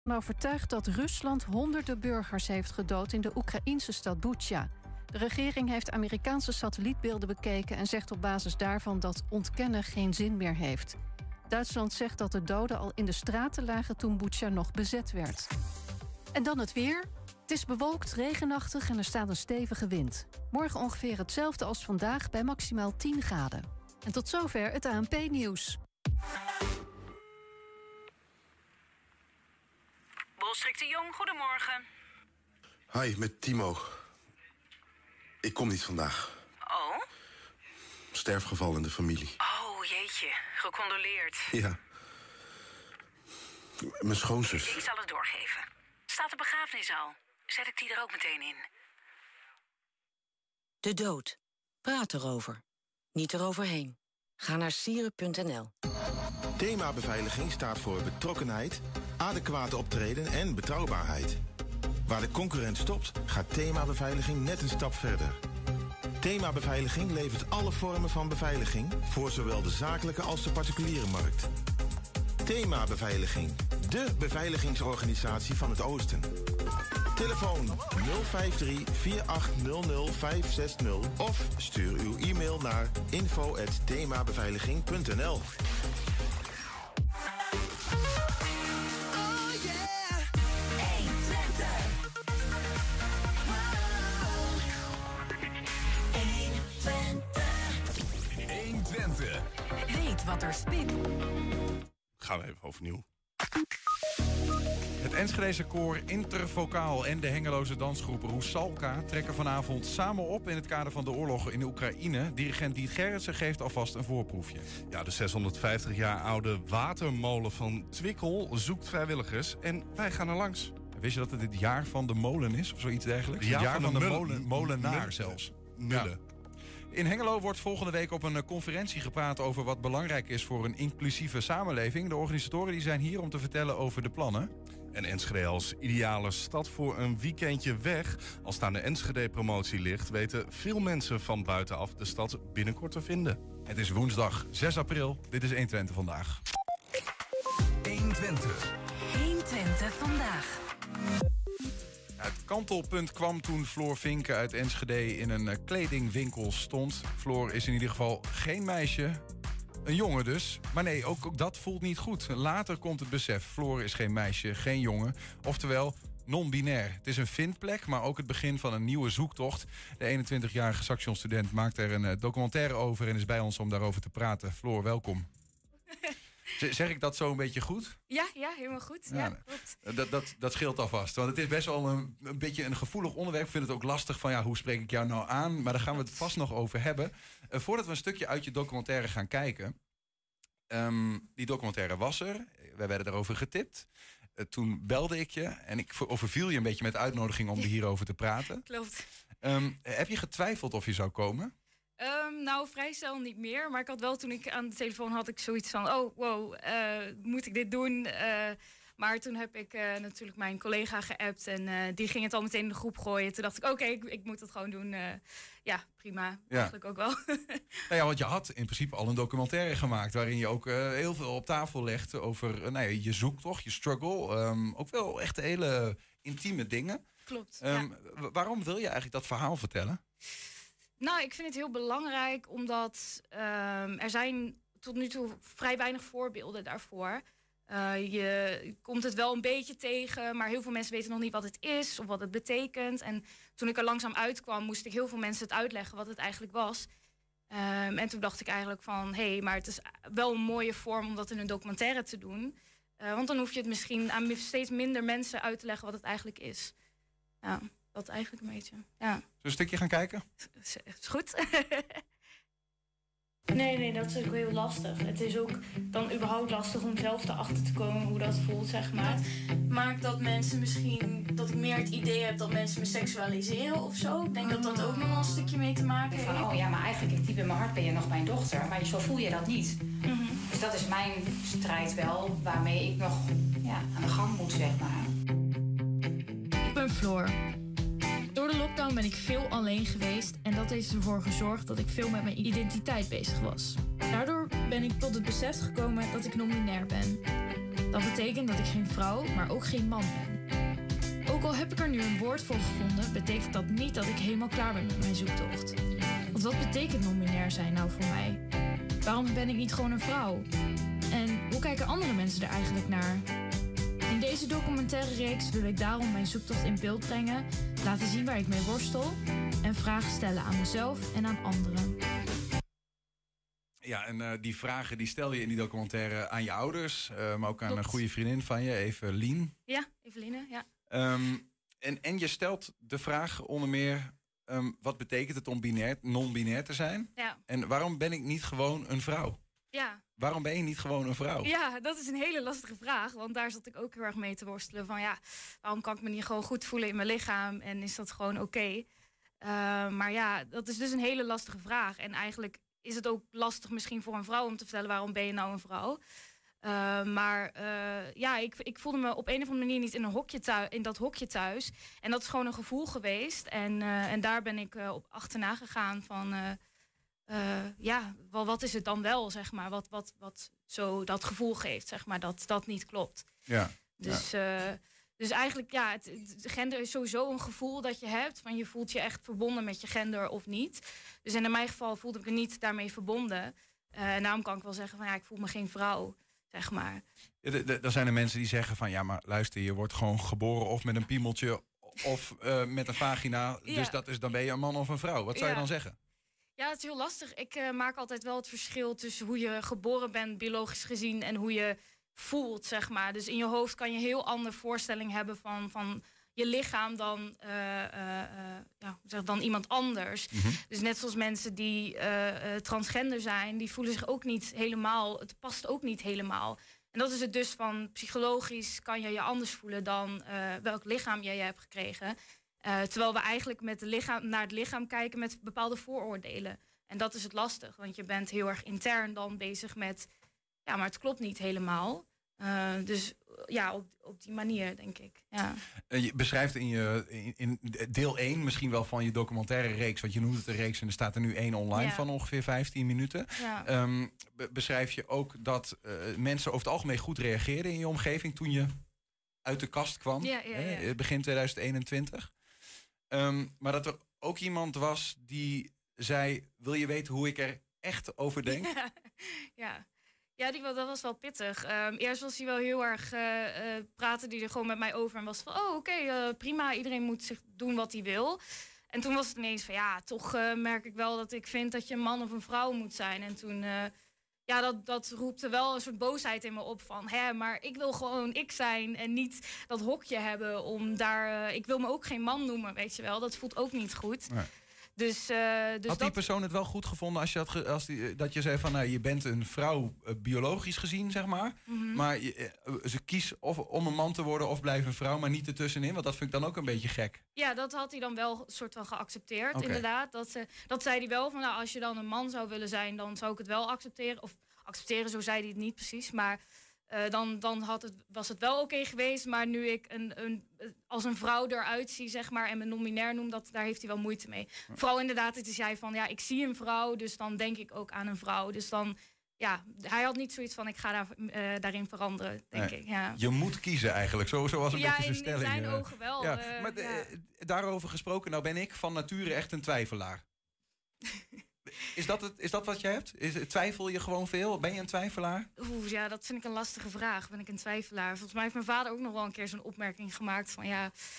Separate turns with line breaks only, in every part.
overtuigd dat Rusland honderden burgers heeft gedood in de Oekraïnse stad Bucha. De regering heeft Amerikaanse satellietbeelden bekeken en zegt op basis daarvan dat ontkennen geen zin meer heeft. Duitsland zegt dat de doden al in de straten lagen toen Bucha nog bezet werd. En dan het weer. Het is bewolkt, regenachtig en er staat een stevige wind. Morgen ongeveer hetzelfde als vandaag bij maximaal 10 graden. En tot zover het ANP-nieuws.
Bolstrik de Jong, goedemorgen.
Hi, met Timo. Ik kom niet vandaag.
Oh?
Sterfgeval in de familie.
Oh, jeetje. Gecondoleerd.
Ja. Mijn schoonzus.
Ik zal het doorgeven. Staat de begrafenis al? Zet ik die er ook meteen in?
De dood. Praat erover. Niet eroverheen. Ga naar sieren.nl.
Thema beveiliging staat voor betrokkenheid, adequate optreden en betrouwbaarheid. Waar de concurrent stopt, gaat Thema Beveiliging net een stap verder. Thema Beveiliging levert alle vormen van beveiliging voor zowel de zakelijke als de particuliere markt. Thema Beveiliging, de beveiligingsorganisatie van het Oosten. Telefoon 053-4800-560 of stuur uw e-mail naar info@themabeveiliging.nl.
Weet wat er speelt.
Gaan we even overnieuw. Het Enschedese koor Intervocaal en de Hengeloze dansgroep Rusalka trekken vanavond samen op in het kader van de oorlog in de Oekraïne. Dirigent Diet Gerritsen geeft alvast een voorproefje.
Ja, de 650 jaar oude watermolen van Twickel zoekt vrijwilligers en wij gaan er langs.
Wist je dat het het jaar van de molen is of zoiets dergelijks?
Het
jaar van de molenaar
Mullen
zelfs.
Mullen.
Ja. In Hengelo wordt volgende week op een conferentie gepraat over wat belangrijk is voor een inclusieve samenleving. De organisatoren die zijn hier om te vertellen over de plannen.
En Enschede als ideale stad voor een weekendje weg. Als het aan de Enschede-promotie ligt, weten veel mensen van buitenaf de stad binnenkort te vinden.
Het is woensdag 6 april. Dit is 120 vandaag.
120.
120 vandaag.
Het kantelpunt kwam toen Floor Vinken uit Enschede in een kledingwinkel stond. Floor is in ieder geval geen meisje, een jongen dus. Maar nee, ook dat voelt niet goed. Later komt het besef, Floor is geen meisje, geen jongen. Oftewel, non-binair. Het is een vindplek, maar ook het begin van een nieuwe zoektocht. De 21-jarige Saxion-student maakt er een documentaire over en is bij ons om daarover te praten. Floor, welkom. Zeg ik dat zo een beetje goed?
Ja, helemaal goed. Ja,
dat scheelt alvast. Want het is best wel een beetje een gevoelig onderwerp. Ik vind het ook lastig van hoe spreek ik jou nou aan? Maar daar gaan we het vast nog over hebben. Voordat we een stukje uit je documentaire gaan kijken. Die documentaire was er. Wij werden erover getipt. Toen belde ik je en ik overviel je een beetje met uitnodiging om hierover te praten.
Klopt.
Heb je getwijfeld of je zou komen?
Nou, vrij snel niet meer. Maar ik had wel, toen ik aan de telefoon had, ik zoiets van... oh, wow, moet ik dit doen? Maar toen heb ik natuurlijk mijn collega geappt... en die ging het al meteen in de groep gooien. Toen dacht ik, oké, ik moet het gewoon doen. Ja, prima. Ja. Eigenlijk ook wel.
Nou ja, want je had in principe al een documentaire gemaakt... waarin je ook heel veel op tafel legt over je zoektocht, je struggle. Ook wel echt hele intieme dingen.
Klopt,
Waarom wil je eigenlijk dat verhaal vertellen?
Nou, ik vind het heel belangrijk, omdat er zijn tot nu toe vrij weinig voorbeelden daarvoor. Je komt het wel een beetje tegen, maar heel veel mensen weten nog niet wat het is of wat het betekent. En toen ik er langzaam uitkwam, moest ik heel veel mensen het uitleggen wat het eigenlijk was. En toen dacht ik eigenlijk van, maar het is wel een mooie vorm om dat in een documentaire te doen. Want dan hoef je het misschien aan steeds minder mensen uit te leggen wat het eigenlijk is. Ja. Dat eigenlijk een beetje, ja.
Zullen we een stukje gaan kijken?
Is goed. Nee, dat is ook heel lastig. Het is ook dan überhaupt lastig om zelf erachter te komen hoe dat voelt, zeg maar. Maakt dat mensen misschien, dat ik meer het idee heb dat mensen me seksualiseren of zo. Ik denk dat dat ook nog wel een stukje mee te maken heeft.
Van, maar eigenlijk diep in mijn hart ben je nog mijn dochter. Maar zo voel je dat niet. Dus dat is mijn strijd wel, waarmee ik nog aan de gang moet, zeg maar.
Ik ben Floor. Door de lockdown ben ik veel alleen geweest en dat heeft ervoor gezorgd dat ik veel met mijn identiteit bezig was. Daardoor ben ik tot het besef gekomen dat ik non-binair ben. Dat betekent dat ik geen vrouw, maar ook geen man ben. Ook al heb ik er nu een woord voor gevonden, betekent dat niet dat ik helemaal klaar ben met mijn zoektocht. Want wat betekent non-binair zijn nou voor mij? Waarom ben ik niet gewoon een vrouw? En hoe kijken andere mensen er eigenlijk naar? In deze documentaire reeks wil ik daarom mijn zoektocht in beeld brengen, laten zien waar ik mee worstel en vragen stellen aan mezelf en aan anderen.
Ja, en die vragen die stel je in die documentaire aan je ouders, maar ook aan een goede vriendin van je, Evelien.
Ja, Eveline, ja.
En je stelt de vraag onder meer, wat betekent het om non-binair te zijn?
Ja.
En waarom ben ik niet gewoon een vrouw?
Ja.
Waarom ben je niet gewoon een vrouw?
Ja, dat is een hele lastige vraag. Want daar zat ik ook heel erg mee te worstelen. Van ja, waarom kan ik me niet gewoon goed voelen in mijn lichaam? En is dat gewoon oké? Maar ja, dat is dus een hele lastige vraag. En eigenlijk is het ook lastig misschien voor een vrouw om te vertellen... waarom ben je nou een vrouw? Ik voelde me op een of andere manier niet in dat hokje thuis. En dat is gewoon een gevoel geweest. En daar ben ik op achterna gegaan van... wat is het dan wel, zeg maar, wat zo dat gevoel geeft, zeg maar, dat niet klopt.
Ja.
Dus eigenlijk, ja, gender is sowieso een gevoel dat je hebt, van je voelt je echt verbonden met je gender of niet. Dus in mijn geval voelde ik me niet daarmee verbonden. En daarom kan ik wel zeggen van, ja, ik voel me geen vrouw, zeg maar.
Dan zijn er mensen die zeggen van, ja, maar luister, je wordt gewoon geboren of met een piemeltje of met een vagina.
Ja.
Dus dan ben je een man of een vrouw. Wat zou je dan zeggen?
Ja, het is heel lastig. Ik maak altijd wel het verschil tussen hoe je geboren bent, biologisch gezien, en hoe je voelt, zeg maar. Dus in je hoofd kan je een heel andere voorstelling hebben van je lichaam dan iemand anders. Mm-hmm. Dus net zoals mensen die transgender zijn, die voelen zich ook niet helemaal, het past ook niet helemaal. En dat is het dus van psychologisch kan je je anders voelen dan welk lichaam jij hebt gekregen. Terwijl we eigenlijk naar het lichaam kijken met bepaalde vooroordelen. En dat is het lastig, want je bent heel erg intern dan bezig met... ja, maar het klopt niet helemaal. Dus ja, op die manier, denk ik. Ja.
Je beschrijft in deel 1 misschien wel van je documentaire reeks... want je noemt het een reeks en er staat er nu 1 online van ongeveer 15 minuten. Ja. Beschrijf je ook dat mensen over het algemeen goed reageerden in je omgeving... toen je uit de kast kwam, begin 2021... maar dat er ook iemand was die zei... wil je weten hoe ik er echt over denk?
Ja, dat was wel pittig. Eerst was hij wel heel erg... praten die er gewoon met mij over en was van... oké, prima, iedereen moet zich doen wat hij wil. En toen was het ineens van... ja, toch merk ik wel dat ik vind dat je een man of een vrouw moet zijn. En toen... dat roepte wel een soort boosheid in me op van... maar ik wil gewoon ik zijn en niet dat hokje hebben om daar... ik wil me ook geen man noemen, weet je wel. Dat voelt ook niet goed. Nee. Dus
had die persoon het wel goed gevonden dat je zei van... nou, je bent een vrouw biologisch gezien, zeg maar. Mm-hmm. Maar ze kiest of om een man te worden of blijven een vrouw... maar niet ertussenin, want dat vind ik dan ook een beetje gek.
Ja, dat had hij dan wel soort van geaccepteerd, inderdaad. Dat zei hij wel, van nou, als je dan een man zou willen zijn... dan zou ik het wel accepteren. Of accepteren, zo zei hij het niet precies, maar... dan was het wel oké geweest. Maar nu ik als een vrouw eruit zie, zeg maar, en me non-binair noem, daar heeft hij wel moeite mee. Ja. Vooral inderdaad, het is hij van, ja, ik zie een vrouw, dus dan denk ik ook aan een vrouw. Dus dan, ja, hij had niet zoiets van, ik ga daarin veranderen, denk ik. Ja.
Je moet kiezen eigenlijk, zo was een beetje zijn stelling.
Ja, in zijn ogen wel.
Ja, maar daarover gesproken, nou ben ik van nature echt een twijfelaar. Is dat wat jij hebt? Twijfel je gewoon veel? Ben je een twijfelaar?
Ja, dat vind ik een lastige vraag. Ben ik een twijfelaar? Volgens mij heeft mijn vader ook nog wel een keer zo'n opmerking gemaakt van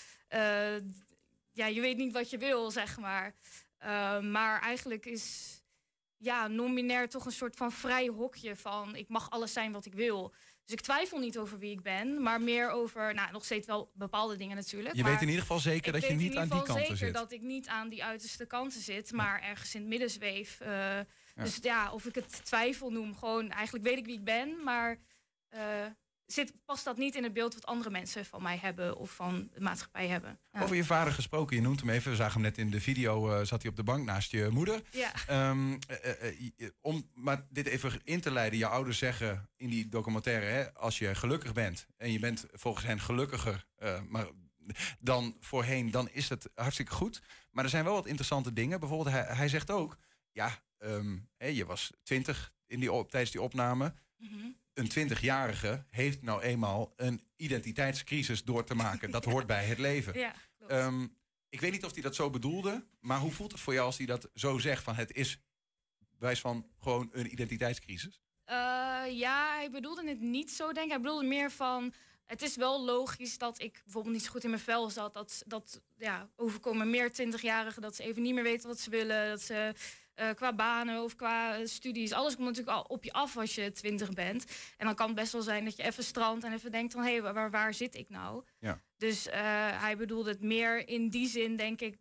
je weet niet wat je wil, zeg maar. Maar eigenlijk is non-binair toch een soort van vrij hokje van ik mag alles zijn wat ik wil. Dus ik twijfel niet over wie ik ben, maar meer over, nog steeds wel bepaalde dingen natuurlijk.
Je weet in ieder geval zeker dat je niet aan die kanten zit. Ik weet zeker
dat ik niet aan die uiterste kanten zit, maar ergens in het midden zweef. Dus of ik het twijfel noem, gewoon eigenlijk weet ik wie ik ben, maar past dat niet in het beeld wat andere mensen van mij hebben of van de maatschappij hebben. Ja.
Over je vader gesproken, je noemt hem even, we zagen hem net in de video, zat hij op de bank naast je moeder.
Ja.
Om maar dit even in te leiden, je ouders zeggen in die documentaire, als je gelukkig bent en je bent volgens hen gelukkiger dan voorheen, dan is het hartstikke goed. Maar er zijn wel wat interessante dingen. Bijvoorbeeld, hij zegt ook, je was 20 tijdens die opname. Mm-hmm. een 20-jarige heeft nou eenmaal een identiteitscrisis door te maken. Dat hoort bij het leven.
Ja, klopt.
Ik weet niet of hij dat zo bedoelde, maar hoe voelt het voor jou als hij dat zo zegt? Van het is wijs van gewoon een identiteitscrisis?
Ja, hij bedoelde het niet zo, denk ik. Hij bedoelde meer van... Het is wel logisch dat ik bijvoorbeeld niet zo goed in mijn vel zat. Dat overkomen meer 20-jarigen dat ze even niet meer weten wat ze willen. Dat ze qua banen of qua studies... Alles komt natuurlijk al op je af als je 20 bent. En dan kan het best wel zijn dat je even strandt en even denkt van... hé, waar zit ik nou?
Ja.
Dus hij bedoelde het meer in die zin, denk ik,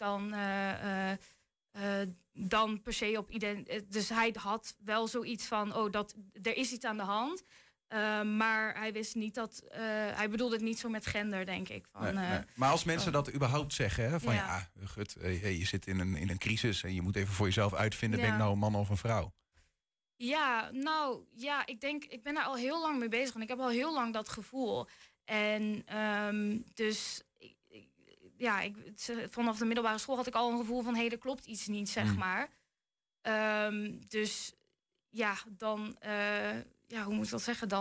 dan per se op identiteit. Dus hij had wel zoiets van, er is iets aan de hand. Maar hij wist niet dat... hij bedoelde het niet zo met gender, denk ik. Van,
nee. Maar als mensen dat überhaupt zeggen, hè, van je zit in een crisis en je moet even voor jezelf uitvinden, ben ik nou een man of een vrouw?
Ja, nou, ja, ik ben daar al heel lang mee bezig en ik heb al heel lang dat gevoel. En dus... vanaf de middelbare school had ik al een gevoel van... er klopt iets niet, zeg maar. Dus ja, dan... hoe moet ik dat zeggen?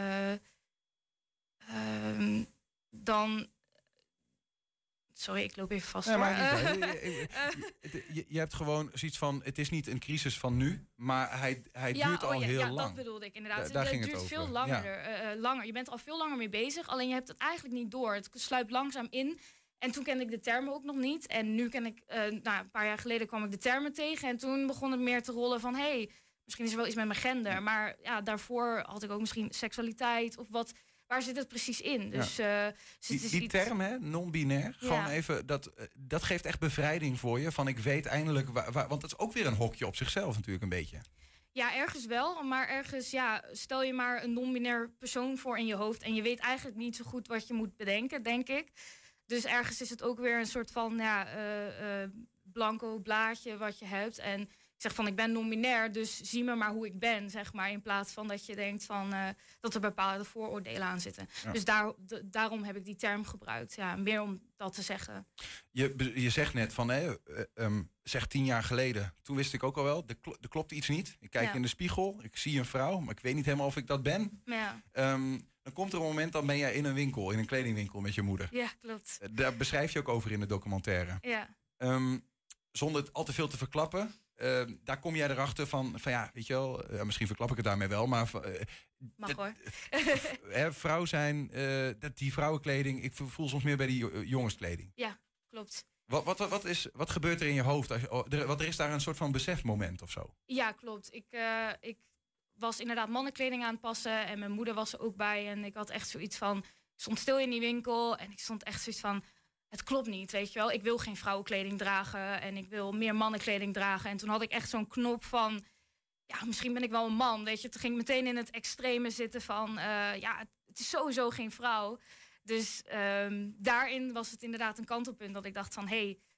Dan... Sorry, ik loop even vast.
Nee, je hebt gewoon zoiets van... Het is niet een crisis van nu, maar hij duurt al heel lang. Ja,
dat bedoelde ik inderdaad.
Daar
het
ging
duurt
het
veel
over.
langer. Je bent al veel langer mee bezig, alleen je hebt het eigenlijk niet door. Het sluipt langzaam in. En toen kende ik de termen ook nog niet. En nu ken ik... een paar jaar geleden kwam ik de termen tegen. En toen begon het meer te rollen van... misschien is er wel iets met mijn gender. Maar ja, daarvoor had ik ook misschien seksualiteit of wat... Waar zit het precies in? Dus,
die term, hè, non-binair, gewoon even, dat geeft echt bevrijding voor je. Van ik weet eindelijk, want dat is ook weer een hokje op zichzelf natuurlijk een beetje.
Ja, ergens wel, maar ergens, stel je maar een non-binair persoon voor in je hoofd... en je weet eigenlijk niet zo goed wat je moet bedenken, denk ik. Dus ergens is het ook weer een soort van blanco blaadje wat je hebt... En ik zeg van, ik ben non-binair, dus zie me maar hoe ik ben, zeg maar. In plaats van dat je denkt van dat er bepaalde vooroordelen aan zitten. Ja. Dus daarom heb ik die term gebruikt. Ja, meer om dat te zeggen.
Je zegt net van, zeg 10 jaar geleden. Toen wist ik ook al wel, er klopt iets niet. Ik kijk in de spiegel, ik zie een vrouw, maar ik weet niet helemaal of ik dat ben.
Ja.
Dan komt er een moment, dan ben jij in een winkel, in een kledingwinkel met je moeder.
Ja, klopt.
Daar beschrijf je ook over in de documentaire.
Ja.
Zonder het al te veel te verklappen... daar kom jij erachter van weet je wel... misschien verklap ik het daarmee wel, maar...
Mag hoor.
Vrouw zijn, die vrouwenkleding... Ik voel soms meer bij die jongenskleding.
Ja, klopt.
Wat gebeurt er in je hoofd? Er is daar een soort van besefmoment of zo?
Ja, klopt. Ik was inderdaad mannenkleding aan het passen... en mijn moeder was er ook bij. En ik had echt zoiets van... Ik stond stil in die winkel en ik stond echt zoiets van... Het klopt niet, weet je wel. Ik wil geen vrouwenkleding dragen en ik wil meer mannenkleding dragen. En toen had ik echt zo'n knop van... misschien ben ik wel een man, weet je. Toen ging ik meteen in het extreme zitten van... het is sowieso geen vrouw. Dus daarin was het inderdaad een kantelpunt dat ik dacht van...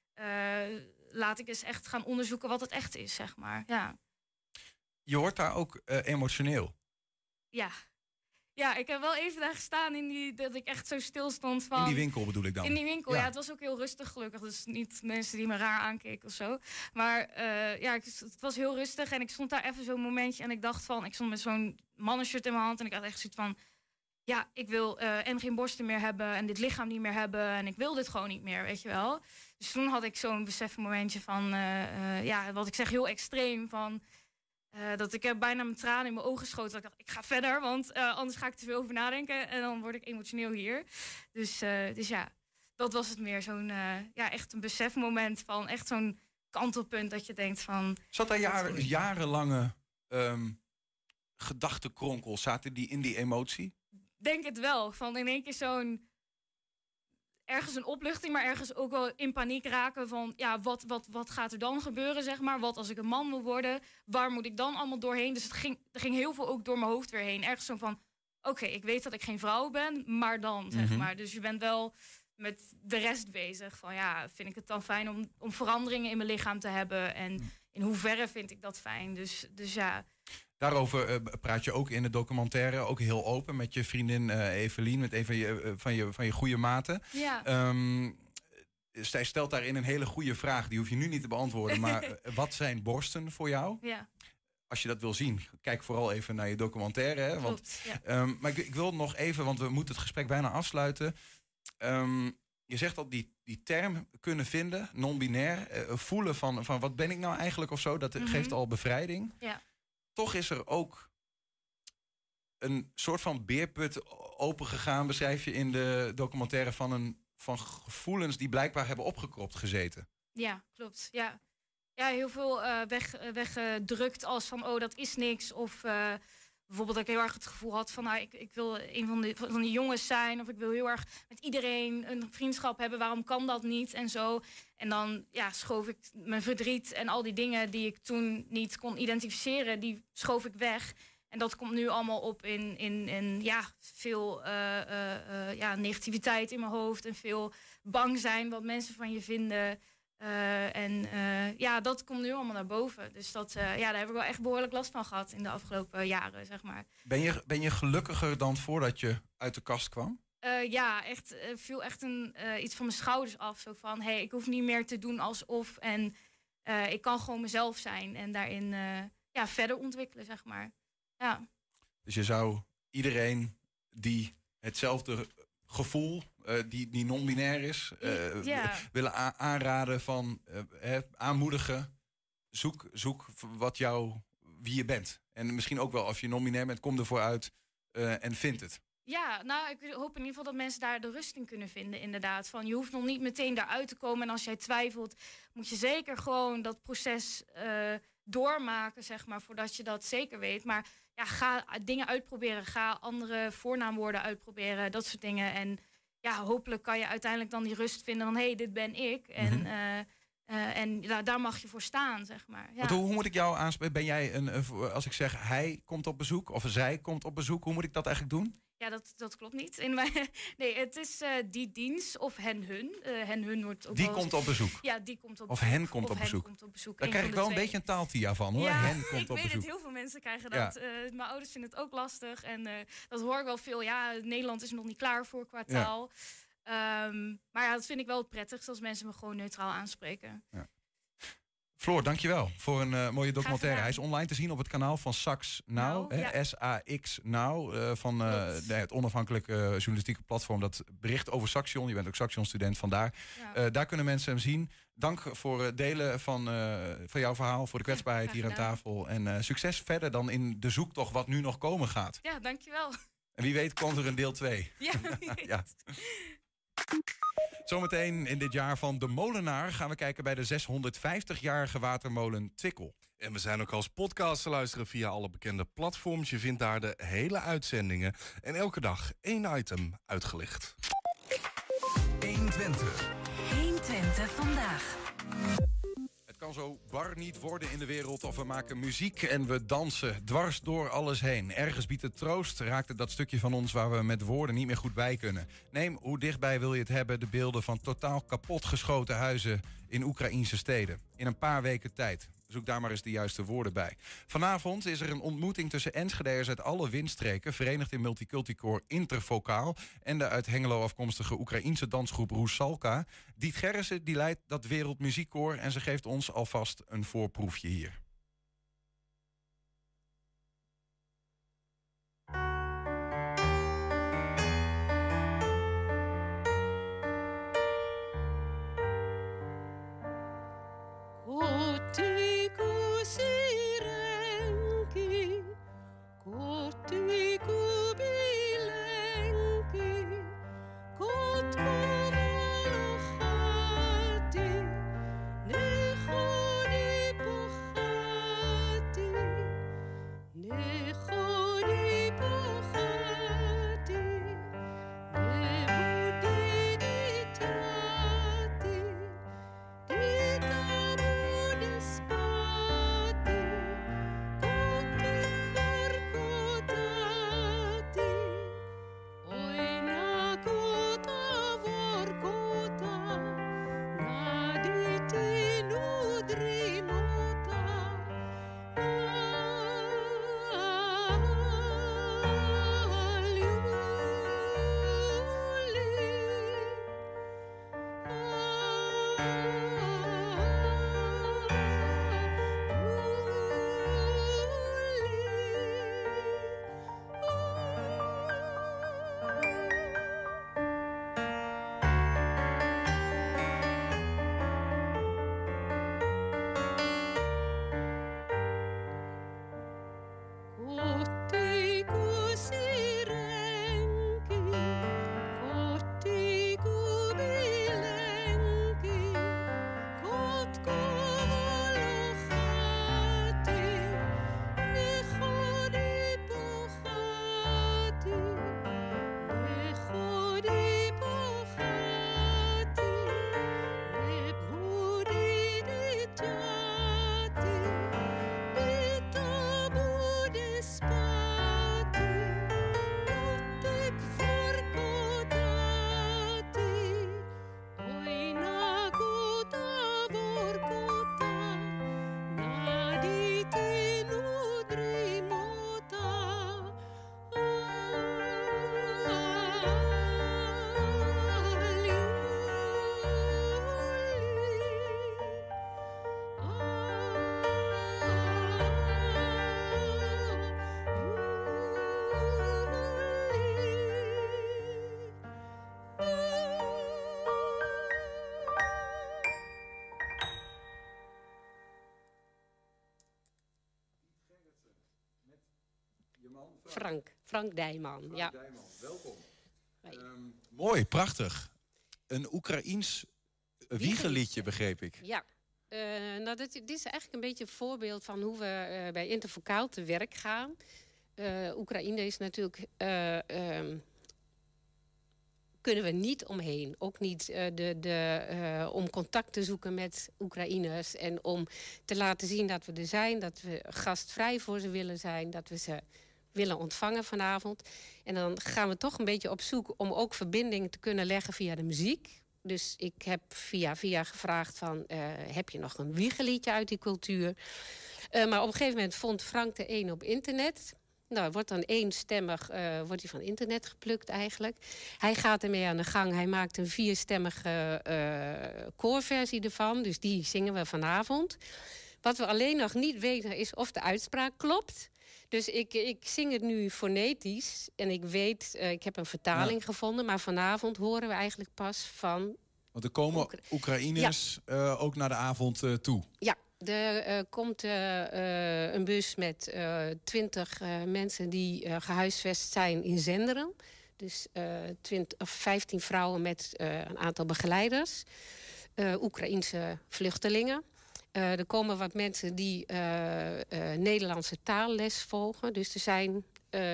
laat ik eens echt gaan onderzoeken wat het echt is, zeg maar. Ja.
Je wordt daar ook emotioneel.
Ja. Ja, ik heb wel even daar gestaan dat ik echt zo stil stond van...
In die winkel bedoel ik dan?
In die winkel, ja. Het was ook heel rustig gelukkig. Dus niet mensen die me raar aankeken of zo. Maar het was heel rustig en ik stond daar even zo'n momentje... en ik dacht van, ik stond met zo'n mannenshirt in mijn hand... en ik had echt zoiets van, ik wil en geen borsten meer hebben... en dit lichaam niet meer hebben en ik wil dit gewoon niet meer, weet je wel. Dus toen had ik zo'n besefmomentje van, wat ik zeg, heel extreem van... dat ik bijna mijn tranen in mijn ogen schoot. Dat ik dacht, ik ga verder, want anders ga ik te veel over nadenken. En dan word ik emotioneel hier. Dus dat was het meer. Zo'n, echt een besefmoment van echt zo'n kantelpunt dat je denkt van...
Zat daar jarenlange gedachtenkronkels, zaten die in die emotie?
Denk het wel. Van in één keer zo'n... Ergens een opluchting, maar ergens ook wel in paniek raken van... wat gaat er dan gebeuren, zeg maar? Wat als ik een man wil worden? Waar moet ik dan allemaal doorheen? Dus er ging heel veel ook door mijn hoofd weer heen. Ergens zo van, oké, ik weet dat ik geen vrouw ben, maar dan, zeg maar. Dus je bent wel met de rest bezig. Van vind ik het dan fijn om veranderingen in mijn lichaam te hebben? En in hoeverre vind ik dat fijn? Dus ja...
Daarover praat je ook in de documentaire, ook heel open met je vriendin Evelien, met een van je goede maten.
Ja.
Zij stelt daarin een hele goede vraag, die hoef je nu niet te beantwoorden, maar wat zijn borsten voor jou?
Ja.
als je dat wil zien, kijk vooral even naar je documentaire. Hè?
Klopt,
Maar ik wil nog even, want we moeten het gesprek bijna afsluiten. Je zegt dat die term kunnen vinden, non-binair, voelen van wat ben ik nou eigenlijk of zo, dat geeft al bevrijding.
Ja.
Toch is er ook een soort van beerput opengegaan, beschrijf je in de documentaire, van gevoelens die blijkbaar hebben opgekropt gezeten.
Ja, klopt. Ja, heel veel weggedrukt als van, oh, dat is niks. Of bijvoorbeeld dat ik heel erg het gevoel had van, ik wil een van die jongens zijn. Of ik wil heel erg met iedereen een vriendschap hebben. Waarom kan dat niet? En zo. En dan schoof ik mijn verdriet en al die dingen die ik toen niet kon identificeren, die schoof ik weg. En dat komt nu allemaal op in veel negativiteit in mijn hoofd. En veel bang zijn wat mensen van je vinden. Dat komt nu allemaal naar boven. Dus daar heb ik wel echt behoorlijk last van gehad in de afgelopen jaren, zeg maar.
Ben je gelukkiger dan voordat je uit de kast kwam?
Echt viel echt iets van mijn schouders af. Zo van, ik hoef niet meer te doen alsof. En ik kan gewoon mezelf zijn. En daarin verder ontwikkelen, zeg maar. Ja.
Dus je zou iedereen die hetzelfde gevoel, die non-binair is, willen aanraden van aanmoedigen, zoek wie je bent. En misschien ook wel als je non-binair bent, kom ervoor uit en vind het.
Ja, nou, ik hoop in ieder geval dat mensen daar de rust in kunnen vinden, inderdaad. Van, je hoeft nog niet meteen daaruit te komen. En als jij twijfelt, moet je zeker gewoon dat proces doormaken, zeg maar, voordat je dat zeker weet. Maar ga dingen uitproberen. Ga andere voornaamwoorden uitproberen, dat soort dingen. En hopelijk kan je uiteindelijk dan die rust vinden van, dit ben ik. En daar mag je voor staan, zeg maar. Ja.
Want hoe moet ik jou aanspreken? Ben jij als ik zeg hij komt op bezoek of zij komt op bezoek, hoe moet ik dat eigenlijk doen?
Ja, dat klopt niet. Nee, het is die dienst of hen-hun. Hen-hun wordt ook
die komt op bezoek?
Ja, die komt op
of
bezoek.
hen komt op bezoek. Daar krijg ik wel een beetje een taaltia van, hoor.
Ja,
hen komt
ik
op
weet
bezoek.
het. Heel veel mensen krijgen dat. Mijn ouders vinden het ook lastig. En dat hoor ik wel veel. Ja, Nederland is er nog niet klaar voor qua taal. Maar dat vind ik wel het prettigst als mensen me gewoon neutraal aanspreken. Ja.
Floor, dankjewel voor een mooie documentaire. Hij is online te zien op het kanaal van Sax Now. SAX Now. Van het onafhankelijke journalistieke platform dat bericht over Saxion. Je bent ook Saxion-student, vandaar. Ja. Daar kunnen mensen hem zien. Dank voor het delen van jouw verhaal, voor de kwetsbaarheid hier aan tafel. En succes verder dan in de zoektocht wat nu nog komen gaat.
Ja, dankjewel.
En wie weet komt er een deel 2.
Ja, wie weet.
Ja. Zometeen in dit jaar van De Molenaar gaan we kijken bij de 650-jarige watermolen Twickel.
En we zijn ook als podcast te luisteren via alle bekende platforms. Je vindt daar de hele uitzendingen. En elke dag 1 item uitgelicht.
120. 120 vandaag.
Het kan zo bar niet worden in de wereld of we maken muziek en we dansen dwars door alles heen. Ergens biedt het troost, raakt het dat stukje van ons waar we met woorden niet meer goed bij kunnen. Neem, hoe dichtbij wil je het hebben, de beelden van totaal kapotgeschoten huizen in Oekraïnse steden. In een paar weken tijd. Zoek daar maar eens de juiste woorden bij. Vanavond is er een ontmoeting tussen Enschede'ers uit alle windstreken, verenigd in multiculticore Intervocaal, en de uit Hengelo afkomstige Oekraïense dansgroep Rusalka. Diet Gerritsen die leidt dat wereldmuziekkoor en ze geeft ons alvast een voorproefje hier.
Frank Dijman.
Frank Dijman, welkom.
Mooi,
prachtig. Een Oekraïens wiegeliedje, begreep ik.
Ja. Dit is eigenlijk een beetje een voorbeeld van hoe we bij Intervocaal te werk gaan. Oekraïne is natuurlijk... kunnen we niet omheen. Ook niet om contact te zoeken met Oekraïners. En om te laten zien dat we er zijn. Dat we gastvrij voor ze willen zijn. Dat we ze willen ontvangen vanavond. En dan gaan we toch een beetje op zoek om ook verbinding te kunnen leggen via de muziek. Dus ik heb via gevraagd van... heb je nog een wiegeliedje uit die cultuur? Maar op een gegeven moment vond Frank de een op internet... Nou, wordt dan eenstemmig wordt hij van internet geplukt eigenlijk. Hij gaat ermee aan de gang. Hij maakt een 4-stemmige koorversie ervan. Dus die zingen we vanavond. Wat we alleen nog niet weten is of de uitspraak klopt. Dus ik zing het nu fonetisch. En ik weet, ik heb een vertaling gevonden. Maar vanavond horen we eigenlijk pas van...
Want er komen Oekraïners ook naar de avond toe.
Ja. Er komt een bus met 20 mensen die gehuisvest zijn in Zenderen. Dus 15 vrouwen met een aantal begeleiders. Oekraïense vluchtelingen. Er komen wat mensen die Nederlandse taalles volgen. Dus er zijn...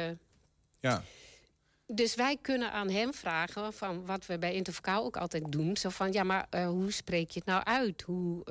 Dus wij kunnen aan hem vragen, van wat we bij Intervocaal ook altijd doen. Zo van, ja, maar hoe spreek je het nou uit?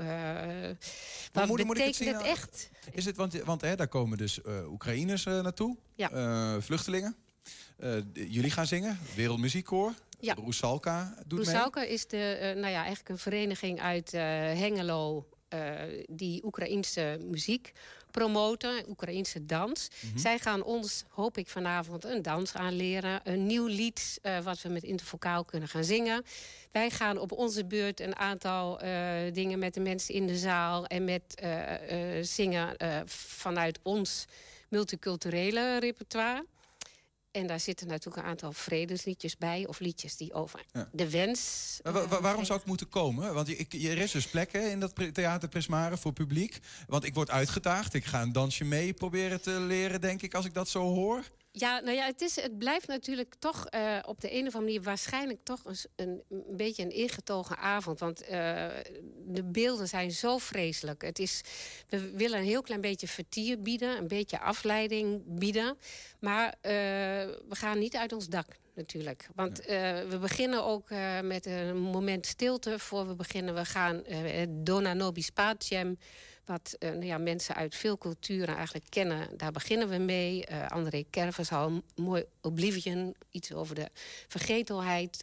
Wat betekent het echt?
Is het, want daar komen dus Oekraïners naartoe, vluchtelingen. Jullie gaan zingen, Wereldmuziekkoor. Ja. Rusalka doet mee.
Rusalka is eigenlijk een vereniging uit Hengelo... die Oekraïense muziek promoten, Oekraïense dans. Zij gaan ons, hoop ik vanavond, een dans aanleren. Een nieuw lied wat we met Intervocaal kunnen gaan zingen. Wij gaan op onze beurt een aantal dingen met de mensen in de zaal... en met zingen vanuit ons multiculturele repertoire. En daar zitten natuurlijk een aantal vredesliedjes bij... of liedjes die over de wens...
waarom zou ik moeten komen? Want er is dus plekken in dat Theater Prismare voor publiek. Want ik word uitgedaagd. Ik ga een dansje mee proberen te leren, denk ik, als ik dat zo hoor.
Ja, nou ja, het blijft natuurlijk toch op de een of andere manier... waarschijnlijk toch een beetje een ingetogen avond. Want de beelden zijn zo vreselijk. We willen een heel klein beetje vertier bieden. Een beetje afleiding bieden. Maar we gaan niet uit ons dak natuurlijk. Want we beginnen ook met een moment stilte voor we beginnen. We gaan Dona Nobis Pacem... wat mensen uit veel culturen eigenlijk kennen. Daar beginnen we mee. André Kerven zal een mooi Oblivion, iets over de vergetelheid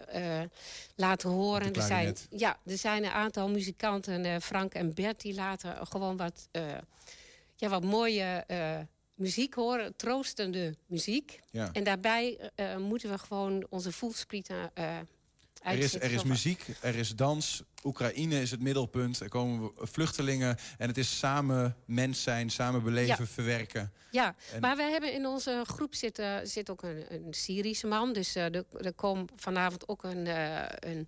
laten horen. Er zijn een aantal muzikanten, Frank en Bert, die laten gewoon wat mooie muziek horen. Troostende muziek. Ja. En daarbij moeten we gewoon onze voelsprieten
er is muziek, er is dans. Oekraïne is het middelpunt. Er komen vluchtelingen. En het is samen mens zijn, samen beleven, verwerken.
Ja, maar we hebben in onze groep zit ook een Syrische man. Dus er komt vanavond ook een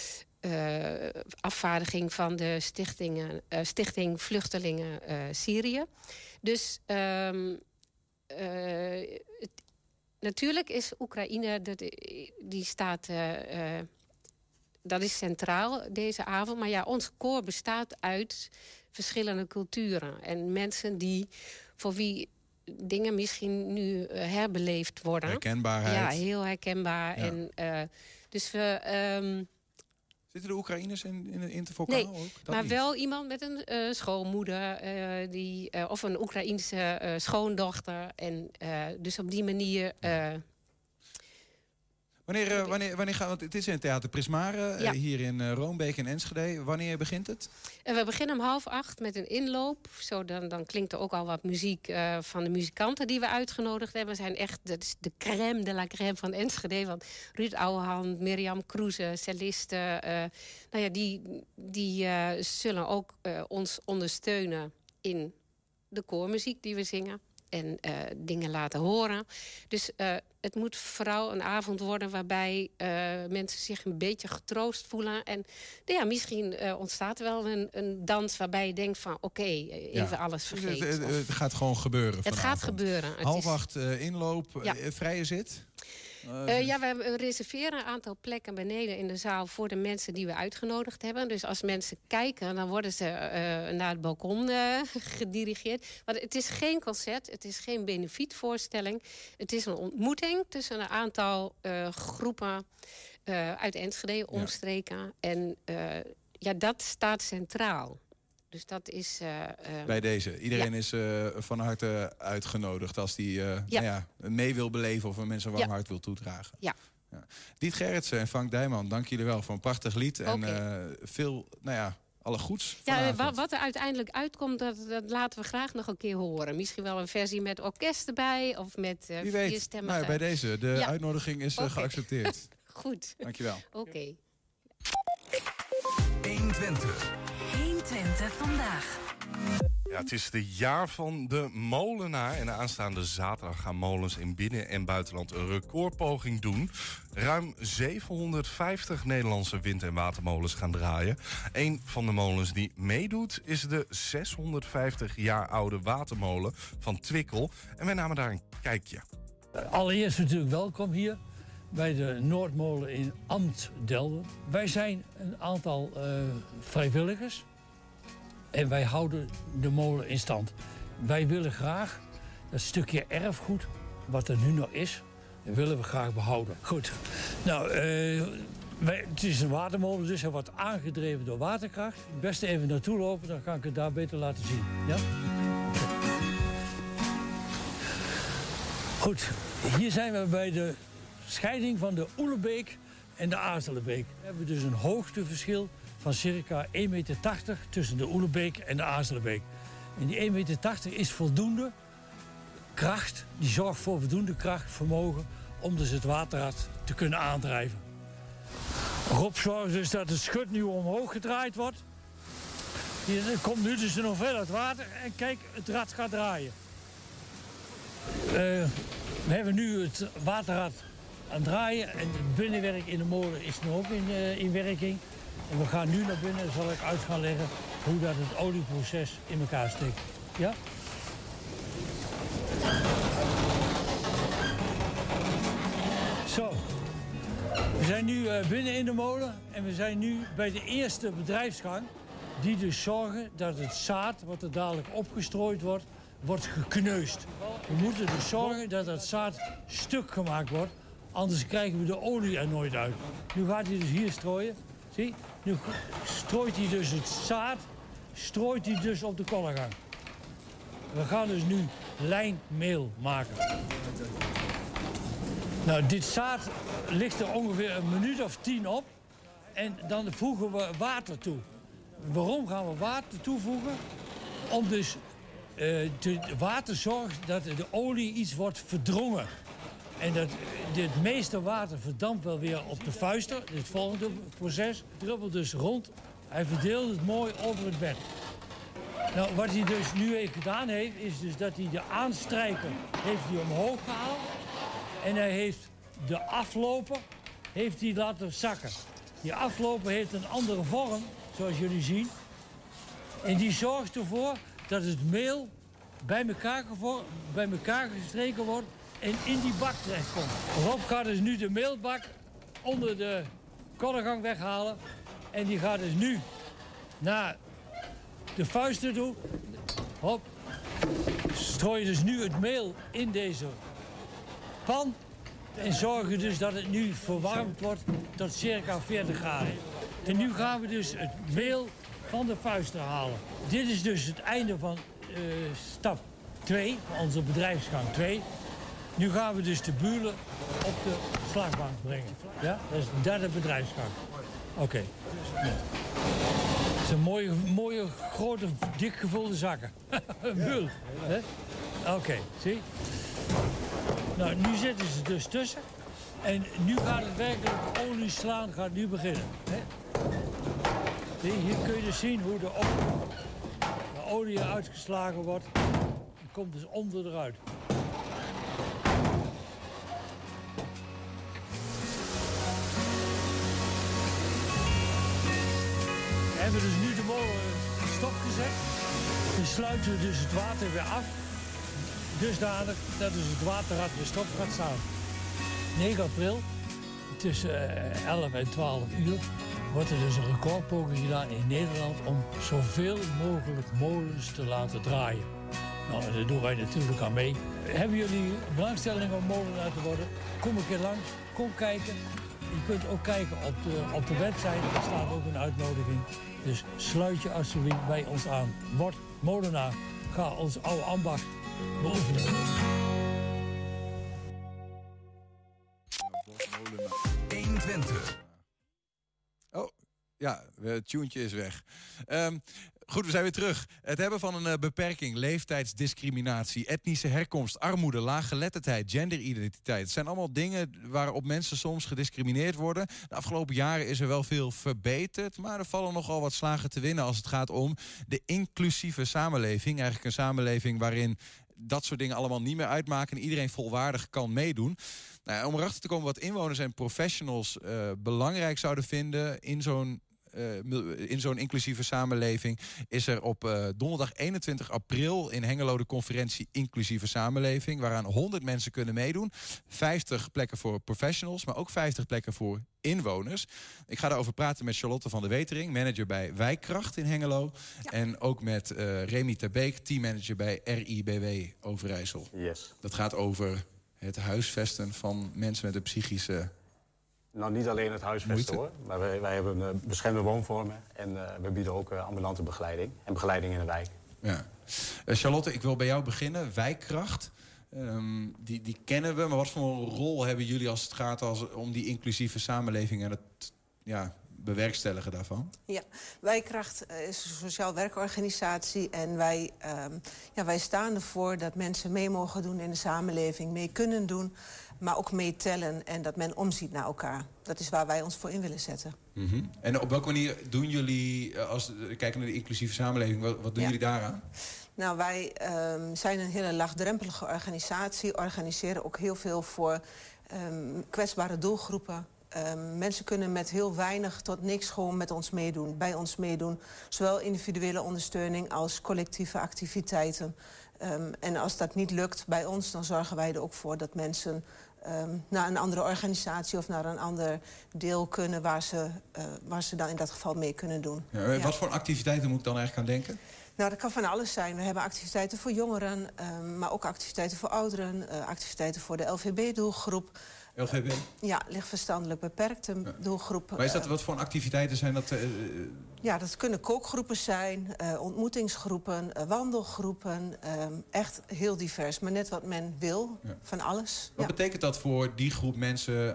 afvaardiging van de Stichting Vluchtelingen Syrië. Dus natuurlijk is Oekraïne, die staat... dat is centraal deze avond. Maar ja, ons koor bestaat uit verschillende culturen. En mensen voor wie dingen misschien nu herbeleefd worden.
Herkenbaarheid.
Ja, heel herkenbaar. Ja. En, dus we...
Zitten de Oekraïners in Intervocaal
nee,
ook?
Maar niet. Wel iemand met een schoonmoeder of een Oekraïense schoondochter. En dus op die manier...
Wanneer gaat het? Het is in het Theater Prismare, hier in Roombeek en Enschede. Wanneer begint het?
We beginnen om 7:30 met een inloop. Zo dan klinkt er ook al wat muziek van de muzikanten die we uitgenodigd hebben. Zijn echt de crème de la crème van Enschede. Want Ruud Ouwehand, Mirjam Kroeze, cellisten. Die zullen ook ons ondersteunen in de koormuziek die we zingen. en dingen laten horen. Dus het moet vooral een avond worden waarbij mensen zich een beetje getroost voelen. En misschien ontstaat er wel een dans waarbij je denkt van oké, even alles vergeten.
Het gaat gewoon gebeuren vanavond.
Het gaat gebeuren.
7:30 inloop, vrije zit?
We reserveren een aantal plekken beneden in de zaal voor de mensen die we uitgenodigd hebben. Dus als mensen kijken, dan worden ze naar het balkon gedirigeerd. Want het is geen concert, het is geen benefietvoorstelling. Het is een ontmoeting tussen een aantal groepen uit Enschede, omstreken. En dat staat centraal. Dus dat is...
bij deze. Iedereen is van harte uitgenodigd als die mee wil beleven of een mensen een warm hart wil toedragen.
Ja.
Diet Gerritsen en Frank Dijman, dank jullie wel voor een prachtig lied. En veel, alle goeds.
Wat er uiteindelijk uitkomt, dat laten we graag nog een keer horen. Misschien wel een versie met orkest erbij of met vier stemmen.
Bij deze. De uitnodiging is geaccepteerd.
Goed.
Dankjewel.
Oké.
120. 120 vandaag.
Ja, het is het jaar van de molenaar. En de aanstaande zaterdag gaan molens in binnen- en buitenland een recordpoging doen. Ruim 750 Nederlandse wind- en watermolens gaan draaien. Een van de molens die meedoet is de 650 jaar oude watermolen van Twickel. En wij namen daar een kijkje.
Allereerst natuurlijk welkom hier bij de Noordmolen in Amstdelden. Wij zijn een aantal vrijwilligers. En wij houden de molen in stand. Wij willen graag dat stukje erfgoed, wat er nu nog is, willen we graag behouden. Goed. Nou, het is een watermolen, dus hij wordt aangedreven door waterkracht. Het beste even naartoe lopen, dan kan ik het daar beter laten zien. Ja? Goed. Hier zijn we bij de scheiding van de Oelebeek en de Azelenbeek. We hebben dus een hoogteverschil van circa 1,80 meter tussen de Oelebeek en de Azelenbeek. En die 1,80 meter is voldoende kracht, die zorgt voor voldoende krachtvermogen om dus het waterrad te kunnen aandrijven. Rob zorgt dus dat het schut nu omhoog gedraaid wordt. Er komt nu dus een hoeveelheid water en kijk, het rad gaat draaien. We hebben nu het waterrad aan het draaien en het binnenwerk in de molen is nu ook in werking. En we gaan nu naar binnen en zal ik uit gaan leggen hoe dat het olieproces in elkaar steekt. Ja? Zo. We zijn nu binnen in de molen en we zijn nu bij de eerste bedrijfsgang. Die dus zorgen dat het zaad, wat er dadelijk opgestrooid wordt, wordt gekneusd. We moeten dus zorgen dat het zaad stuk gemaakt wordt. Anders krijgen we de olie er nooit uit. Nu gaat hij dus hier strooien. Zie? Nu strooit hij dus het zaad, strooit hij dus op de kollengang. We gaan dus nu lijnmeel maken. Nou, dit zaad ligt er ongeveer een minuut of 10 op. En dan voegen we water toe. Waarom gaan we water toevoegen? Om dus water zorgt dat de olie iets wordt verdrongen. En dat het meeste water verdampt wel weer op de vuisten. Dit volgende proces druppelt dus rond. Hij verdeelt het mooi over het bed. Nou, wat hij dus nu gedaan heeft, is dus dat hij de aanstrijker heeft hij omhoog gehaald. En hij heeft de afloper heeft hij laten zakken. Die afloper heeft een andere vorm, zoals jullie zien. En die zorgt ervoor dat het meel bij elkaar gestreken wordt en in die bak terechtkomt. Rob gaat dus nu de meelbak onder de kollengang weghalen. En die gaat dus nu naar de vuisten toe. Hop. Strooi je dus nu het meel in deze pan. En zorgen dus dat het nu verwarmd wordt tot circa 40 graden. En nu gaan we dus het meel van de vuisten halen. Dit is dus het einde van stap 2, onze bedrijfsgang 2. Nu gaan we dus de bulen op de slagbank brengen. Ja? Dat is de derde bedrijfsgang. Oké. Ja. Dat zijn mooie, grote, dik gevulde zakken. Een bul. Oké, zie. Nou, nu zitten ze dus tussen. En nu gaat het werkelijk olie slaan gaat nu beginnen. Hè? Zie, hier kun je dus zien hoe de olie uitgeslagen wordt. komt dus onder eruit. We hebben dus nu de molen stopgezet. Dan sluiten we dus het water weer af. Dusdanig dat dus het waterrad weer stop gaat staan. 9 april, tussen 11 en 12 uur, wordt er dus een recordpoging gedaan in Nederland om zoveel mogelijk molens te laten draaien. Nou, daar doen wij natuurlijk aan mee. Hebben jullie belangstelling om molenaar te worden? Kom een keer langs, kom kijken. Je kunt ook kijken op de website, daar staat ook een uitnodiging. Dus sluit je alsjeblieft bij ons aan. Word molenaar, ga ons oude ambacht beoefenen.
120.
Oh, ja, het tuentje is weg. Goed, we zijn weer terug. Het hebben van een beperking, leeftijdsdiscriminatie, etnische herkomst, armoede, laaggeletterdheid, genderidentiteit. Het zijn allemaal dingen waarop mensen soms gediscrimineerd worden. De afgelopen jaren is er wel veel verbeterd, maar er vallen nogal wat slagen te winnen als het gaat om de inclusieve samenleving. Eigenlijk een samenleving waarin dat soort dingen allemaal niet meer uitmaken en iedereen volwaardig kan meedoen. Nou, om erachter te komen wat inwoners en professionals belangrijk zouden vinden in zo'n inclusieve samenleving, is er op donderdag 21 april in Hengelo de conferentie Inclusieve Samenleving, waaraan 100 mensen kunnen meedoen. 50 plekken voor professionals, maar ook 50 plekken voor inwoners. Ik ga daarover praten met Charlotte van der Wetering, manager bij Wijkkracht in Hengelo. Ja. En ook met Remy Terbeek, teammanager bij RIBW Overijssel.
Yes. Dat
gaat over het huisvesten van mensen met een psychische...
Nou, niet alleen het huisvesten hoor. Maar wij hebben beschermde woonvormen en we bieden ook ambulante begeleiding. En begeleiding in de wijk.
Ja. Charlotte, ik wil bij jou beginnen. Wijkkracht, die kennen we. Maar wat voor een rol hebben jullie als het gaat om die inclusieve samenleving en het bewerkstelligen daarvan?
Ja, Wijkkracht is een sociaal werkorganisatie en wij staan ervoor dat mensen mee mogen doen in de samenleving, mee kunnen doen, maar ook meetellen en dat men omziet naar elkaar. Dat is waar wij ons voor in willen zetten.
Mm-hmm. En op welke manier doen jullie, als we kijken naar de inclusieve samenleving, wat doen jullie daaraan?
Nou, wij zijn een hele laagdrempelige organisatie, organiseren ook heel veel voor kwetsbare doelgroepen. Mensen kunnen met heel weinig tot niks gewoon met ons meedoen, bij ons meedoen. Zowel individuele ondersteuning als collectieve activiteiten. En als dat niet lukt bij ons, dan zorgen wij er ook voor dat mensen naar een andere organisatie of naar een ander deel kunnen waar ze dan in dat geval mee kunnen doen.
Ja, wat voor activiteiten moet ik dan eigenlijk aan denken?
Nou, dat kan van alles zijn. We hebben activiteiten voor jongeren, maar ook activiteiten voor ouderen, activiteiten voor de LVB-doelgroep.
LVB?
Ja, lichtverstandelijk beperkte doelgroep.
Maar is dat, wat voor activiteiten zijn dat?
Ja, dat kunnen kookgroepen zijn, ontmoetingsgroepen, wandelgroepen. Echt heel divers, maar net wat men wil, van alles.
Wat betekent dat voor die groep mensen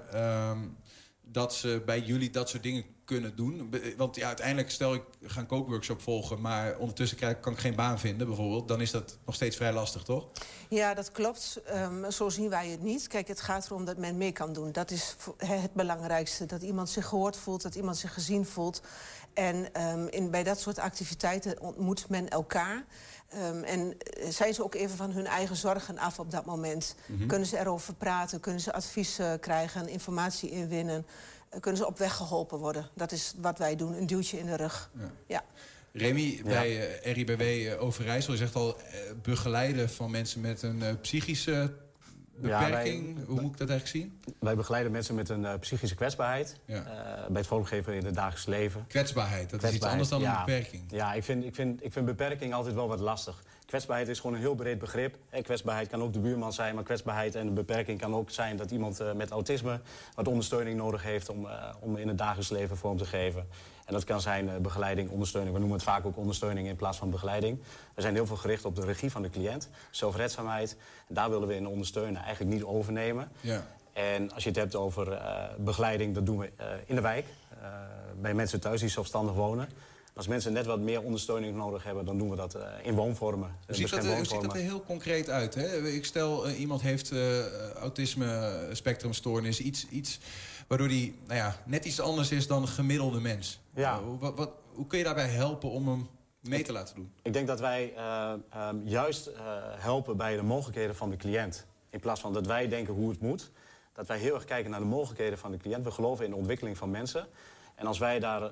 dat ze bij jullie dat soort dingen kunnen doen? Want ja, uiteindelijk, stel ik ga een kookworkshop volgen, maar ondertussen kan ik geen baan vinden bijvoorbeeld, dan is dat nog steeds vrij lastig, toch?
Ja, dat klopt. Zo zien wij het niet. Kijk, het gaat erom dat men mee kan doen. Dat is het belangrijkste. Dat iemand zich gehoord voelt, dat iemand zich gezien voelt. En bij dat soort activiteiten ontmoet men elkaar. En zijn ze ook even van hun eigen zorgen af op dat moment. Mm-hmm. Kunnen ze erover praten, kunnen ze advies krijgen, informatie inwinnen. Kunnen ze op weg geholpen worden. Dat is wat wij doen, een duwtje in de rug. Ja.
Remy, bij RIBW Overijssel, je zegt al begeleiden van mensen met een psychische beperking. Hoe moet ik dat eigenlijk zien?
Wij begeleiden mensen met een psychische kwetsbaarheid. Ja. Bij het vormgeven in het dagelijks leven.
Kwetsbaarheid, dat is iets anders dan een beperking.
Ja, ik vind beperking altijd wel wat lastig. Kwetsbaarheid is gewoon een heel breed begrip. Kwetsbaarheid kan ook de buurman zijn, maar kwetsbaarheid en de beperking kan ook zijn dat iemand met autisme wat ondersteuning nodig heeft om in het dagelijks leven vorm te geven. En dat kan zijn begeleiding, ondersteuning. We noemen het vaak ook ondersteuning in plaats van begeleiding. We zijn heel veel gericht op de regie van de cliënt, zelfredzaamheid. En daar willen we in ondersteunen, eigenlijk niet overnemen. Ja. En als je het hebt over begeleiding, dat doen we in de wijk. Bij mensen thuis die zelfstandig wonen. Als mensen net wat meer ondersteuning nodig hebben, dan doen we dat in woonvormen.
Hoe ziet dat er heel concreet uit? Hè? Ik stel, iemand heeft autisme, spectrumstoornis, iets waardoor die net iets anders is dan een gemiddelde mens. Ja. Hoe kun je daarbij helpen om hem mee te laten doen?
Ik denk dat wij juist helpen bij de mogelijkheden van de cliënt. In plaats van dat wij denken hoe het moet. Dat wij heel erg kijken naar de mogelijkheden van de cliënt. We geloven in de ontwikkeling van mensen. En als wij daar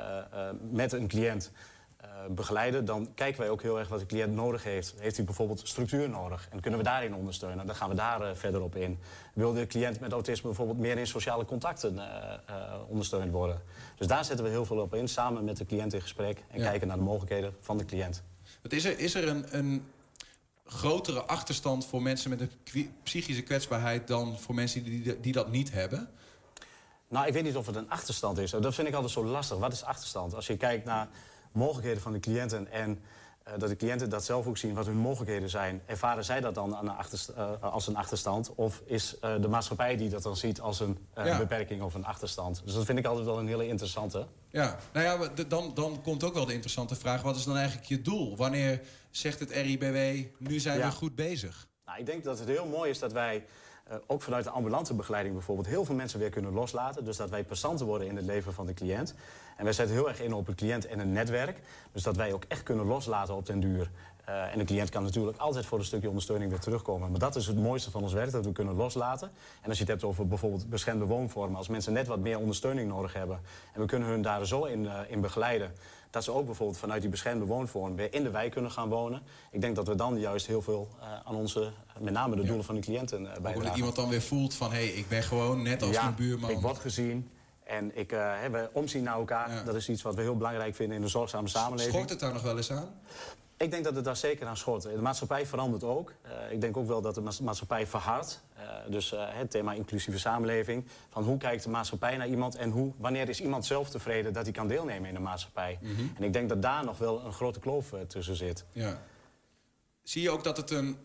met een cliënt begeleiden, dan kijken wij ook heel erg wat de cliënt nodig heeft. Heeft hij bijvoorbeeld structuur nodig? En kunnen we daarin ondersteunen? Dan gaan we daar verder op in. Wil de cliënt met autisme bijvoorbeeld meer in sociale contacten ondersteund worden? Dus daar zetten we heel veel op in, samen met de cliënt in gesprek. En kijken naar de mogelijkheden van de cliënt.
Is er een grotere achterstand voor mensen met een psychische kwetsbaarheid dan voor mensen die dat niet hebben?
Nou, ik weet niet of het een achterstand is. Dat vind ik altijd zo lastig. Wat is achterstand? Als je kijkt naar mogelijkheden van de cliënten en dat de cliënten dat zelf ook zien wat hun mogelijkheden zijn, ervaren zij dat dan als een achterstand? Of is de maatschappij die dat dan ziet als een beperking of een achterstand? Dus dat vind ik altijd wel een hele interessante.
Ja, nou ja, dan komt ook wel de interessante vraag, wat is dan eigenlijk je doel? Wanneer zegt het RIBW, nu zijn we goed bezig?
Nou, ik denk dat het heel mooi is dat wij ook vanuit de ambulante begeleiding bijvoorbeeld heel veel mensen weer kunnen loslaten. Dus dat wij passanten worden in het leven van de cliënt. En wij zetten heel erg in op een cliënt en een netwerk. Dus dat wij ook echt kunnen loslaten op den duur. En de cliënt kan natuurlijk altijd voor een stukje ondersteuning weer terugkomen. Maar dat is het mooiste van ons werk, dat we kunnen loslaten. En als je het hebt over bijvoorbeeld beschermde woonvormen, als mensen net wat meer ondersteuning nodig hebben en we kunnen hun daar zo in begeleiden, dat ze ook bijvoorbeeld vanuit die beschermde woonvorm weer in de wijk kunnen gaan wonen. Ik denk dat we dan juist heel veel aan onze, met name de doelen van de cliënten bijdragen.
Dat iemand dan weer voelt van, hé, ik ben gewoon net als mijn buurman.
Ik word gezien. En we omzien naar elkaar. Ja. Dat is iets wat we heel belangrijk vinden in een zorgzame samenleving.
Schort het daar nog wel eens aan?
Ik denk dat het daar zeker aan schort. De maatschappij verandert ook. Ik denk ook wel dat de maatschappij verhardt. Dus het thema inclusieve samenleving. Van hoe kijkt de maatschappij naar iemand en wanneer is iemand zelf tevreden dat hij kan deelnemen in de maatschappij. En ik denk dat daar nog wel een grote kloof tussen zit.
Ja. Zie je ook dat het een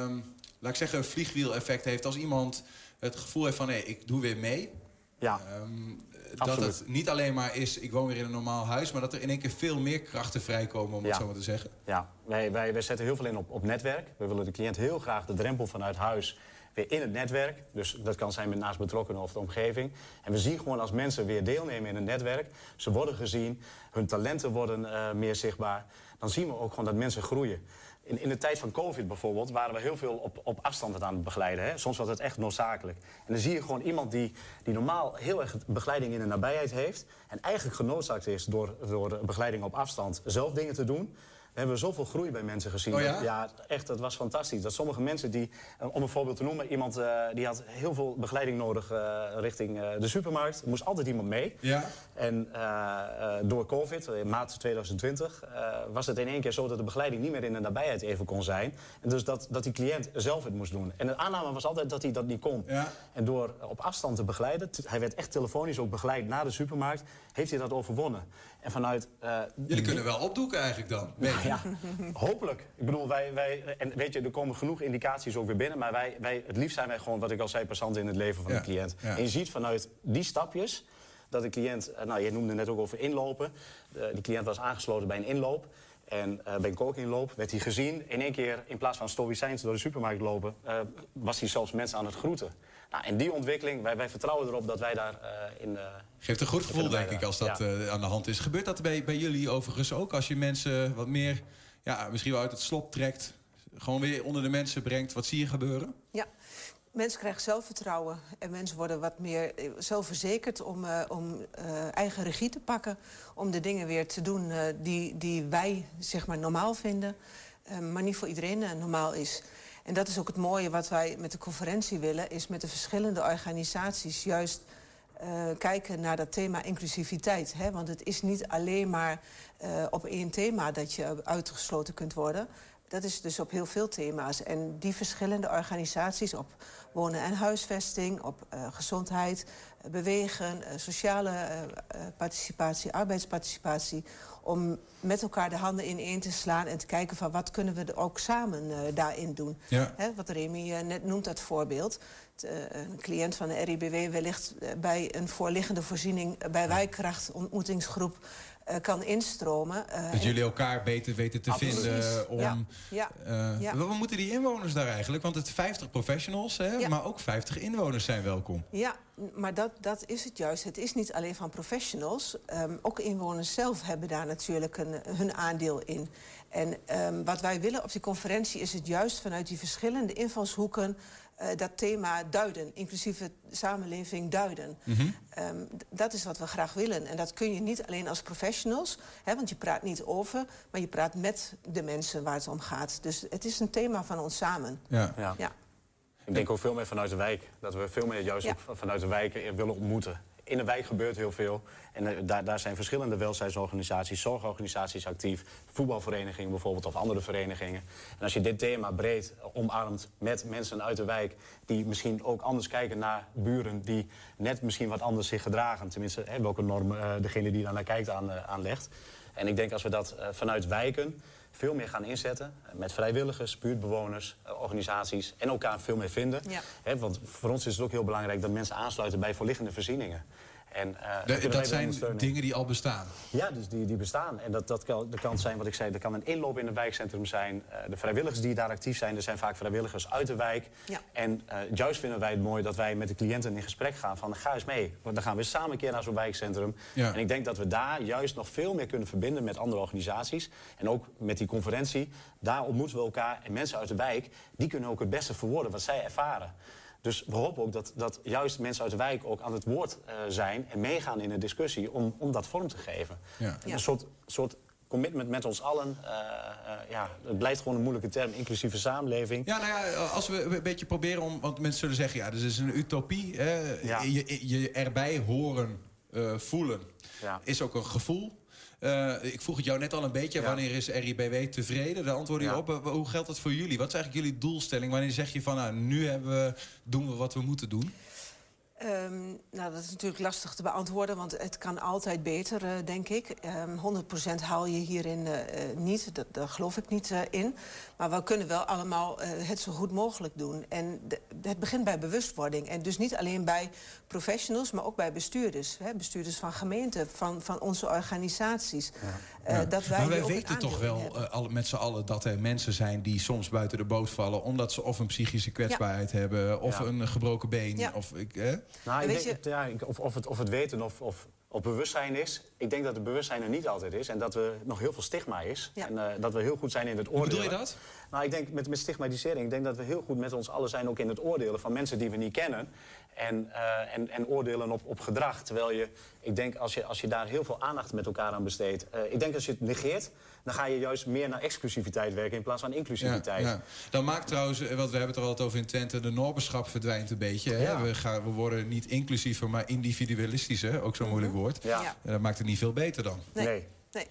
vliegwiel-effect heeft als iemand het gevoel heeft van, hé, ik doe weer mee?
Ja.
Dat het niet alleen maar is, ik woon weer in een normaal huis, maar dat er in één keer veel meer krachten vrijkomen, om het zo maar te zeggen. Ja, wij zetten heel veel in op netwerk. We willen de cliënt heel graag de drempel vanuit huis weer in het netwerk. Dus dat kan zijn met naast betrokkenen of de omgeving. En we zien gewoon als mensen weer deelnemen in een netwerk. Ze worden gezien, hun talenten worden meer zichtbaar. Dan zien we ook gewoon dat mensen groeien. In de tijd van COVID bijvoorbeeld waren we heel veel op afstand aan het begeleiden. Hè? Soms was het echt noodzakelijk. En dan zie je gewoon iemand die normaal heel erg begeleiding in de nabijheid heeft en eigenlijk genoodzaakt is door begeleiding op afstand zelf dingen te doen. We hebben zoveel groei bij mensen gezien. Oh ja?
Ja, echt, dat was fantastisch. Dat sommige mensen die, om een voorbeeld te noemen, iemand die had heel veel begeleiding nodig richting de supermarkt. Er moest altijd iemand mee.
Ja.
En door COVID, in maart 2020, was het in één keer zo dat de begeleiding niet meer in de nabijheid even kon zijn. En dus dat die cliënt zelf het moest doen. En de aanname was altijd dat hij dat niet kon. Ja. En door op afstand te begeleiden, hij werd echt telefonisch ook begeleid naar de supermarkt, heeft hij dat overwonnen. En vanuit...
Jullie kunnen wel opdoeken eigenlijk dan?
Ja, hopelijk. Ik bedoel, en weet je, er komen genoeg indicaties ook weer binnen, maar het liefst zijn wij gewoon, wat ik al zei, passanten in het leven van de cliënt. Ja. En je ziet vanuit die stapjes dat de cliënt, je noemde net ook over inlopen, die cliënt was aangesloten bij een inloop. En bij een kookinloop werd hij gezien. In één keer, in plaats van stoïcijns door de supermarkt lopen, was hij zelfs mensen aan het groeten. Nou, en die ontwikkeling, wij vertrouwen erop dat wij daar in...
Geeft een goed gevoel, denk ik, als dat aan de hand is. Gebeurt dat bij jullie overigens ook? Als je mensen wat meer, misschien wel uit het slop trekt, gewoon weer onder de mensen brengt. Wat zie je gebeuren? Ja.
Mensen krijgen zelfvertrouwen en mensen worden wat meer zelfverzekerd om eigen regie te pakken. Om de dingen weer te doen die wij zeg maar normaal vinden, maar niet voor iedereen normaal is. En dat is ook het mooie wat wij met de conferentie willen, is met de verschillende organisaties juist kijken naar dat thema inclusiviteit. Hè? Want het is niet alleen maar op één thema dat je uitgesloten kunt worden. Dat is dus op heel veel thema's. En die verschillende organisaties op wonen en huisvesting, op gezondheid, bewegen, sociale participatie, arbeidsparticipatie, om met elkaar de handen ineen te slaan en te kijken van wat kunnen we er ook samen daarin doen. Ja. Hè, wat Remy net noemt, dat voorbeeld. Een cliënt van de RIBW wellicht bij een voorliggende voorziening bij wijkkracht ontmoetingsgroep kan instromen.
Dat jullie elkaar beter weten te vinden om... Wat moeten die inwoners daar eigenlijk? Want het 50 professionals, hè, maar ook 50 inwoners zijn welkom.
Ja, maar dat is het juist. Het is niet alleen van professionals. Ook inwoners zelf hebben daar natuurlijk hun aandeel in. En wat wij willen op die conferentie is het juist vanuit die verschillende invalshoeken dat thema duiden, inclusief de samenleving duiden. Dat is wat we graag willen. En dat kun je niet alleen als professionals, want je praat niet over, maar je praat met de mensen waar het om gaat. Dus het is een thema van ons samen.
Ja. Ik denk ook veel meer vanuit de wijk. Dat we veel meer juist ook vanuit de wijken willen ontmoeten. In de wijk gebeurt heel veel. En daar zijn verschillende welzijnsorganisaties, zorgorganisaties actief. Voetbalverenigingen bijvoorbeeld of andere verenigingen. En als je dit thema breed omarmt met mensen uit de wijk die misschien ook anders kijken naar buren die net misschien wat anders zich gedragen. Tenminste, welke norm degene die daar naar kijkt aanlegt. En ik denk als we dat vanuit wijken veel meer gaan inzetten. Met vrijwilligers, buurtbewoners, organisaties en elkaar veel meer vinden. Ja. Want voor ons is het ook heel belangrijk dat mensen aansluiten bij voorliggende voorzieningen. En,
dat zijn dingen die al bestaan?
Ja, dus die bestaan. En dat kan zijn wat ik zei, er kan een inloop in een wijkcentrum zijn. De vrijwilligers die daar actief zijn, er zijn vaak vrijwilligers uit de wijk. Ja. En juist vinden wij het mooi dat wij met de cliënten in gesprek gaan van ga eens mee. Want dan gaan we samen een keer naar zo'n wijkcentrum. Ja. En ik denk dat we daar juist nog veel meer kunnen verbinden met andere organisaties. En ook met die conferentie, daar ontmoeten we elkaar. En mensen uit de wijk, die kunnen ook het beste verwoorden wat zij ervaren. Dus we hopen ook dat juist mensen uit de wijk ook aan het woord zijn en meegaan in de discussie om dat vorm te geven. Ja. Een soort commitment met ons allen. Het blijft gewoon een moeilijke term, inclusieve samenleving.
Ja, nou ja, als we een beetje proberen want mensen zullen zeggen, ja, dit is een utopie. Hè? Ja. Je erbij horen, voelen, is ook een gevoel. Ik vroeg het jou net al een beetje. Wanneer is RIBW tevreden? De antwoorden hierop. Hoe geldt dat voor jullie? Wat is eigenlijk jullie doelstelling? Wanneer zeg je van, nu doen we wat we moeten doen?
Dat is natuurlijk lastig te beantwoorden, want het kan altijd beter, denk ik. 100% haal je hierin niet, daar geloof ik niet in. Maar we kunnen wel allemaal het zo goed mogelijk doen. En het begint bij bewustwording. En dus niet alleen bij professionals, maar ook bij bestuurders. Bestuurders van gemeenten, van onze organisaties. Dat wij
maar wij weten toch wel met z'n allen dat er mensen zijn die soms buiten de boot vallen omdat ze of een psychische kwetsbaarheid hebben of een gebroken been.
Ja.
Nou, ik denk, of het weten of bewustzijn is. Ik denk dat het bewustzijn er niet altijd is. En dat er nog heel veel stigma is. Ja. En dat we heel goed zijn in het oordelen.
Hoe bedoel je dat?
Nou, ik denk met stigmatisering. Ik denk dat we heel goed met ons allen zijn ook in het oordelen van mensen die we niet kennen. En oordelen op gedrag. Terwijl ik denk als je daar heel veel aandacht met elkaar aan besteedt. Ik denk als je het negeert, dan ga je juist meer naar exclusiviteit werken in plaats van inclusiviteit.
Ja. Dan maakt trouwens, want we hebben het er altijd over in Twente, de normenschap verdwijnt een beetje. Hè? Ja. We worden niet inclusiever, maar individualistischer. Ook zo'n moeilijk woord. Ja. Dat maakt het niet veel beter dan.
Nee.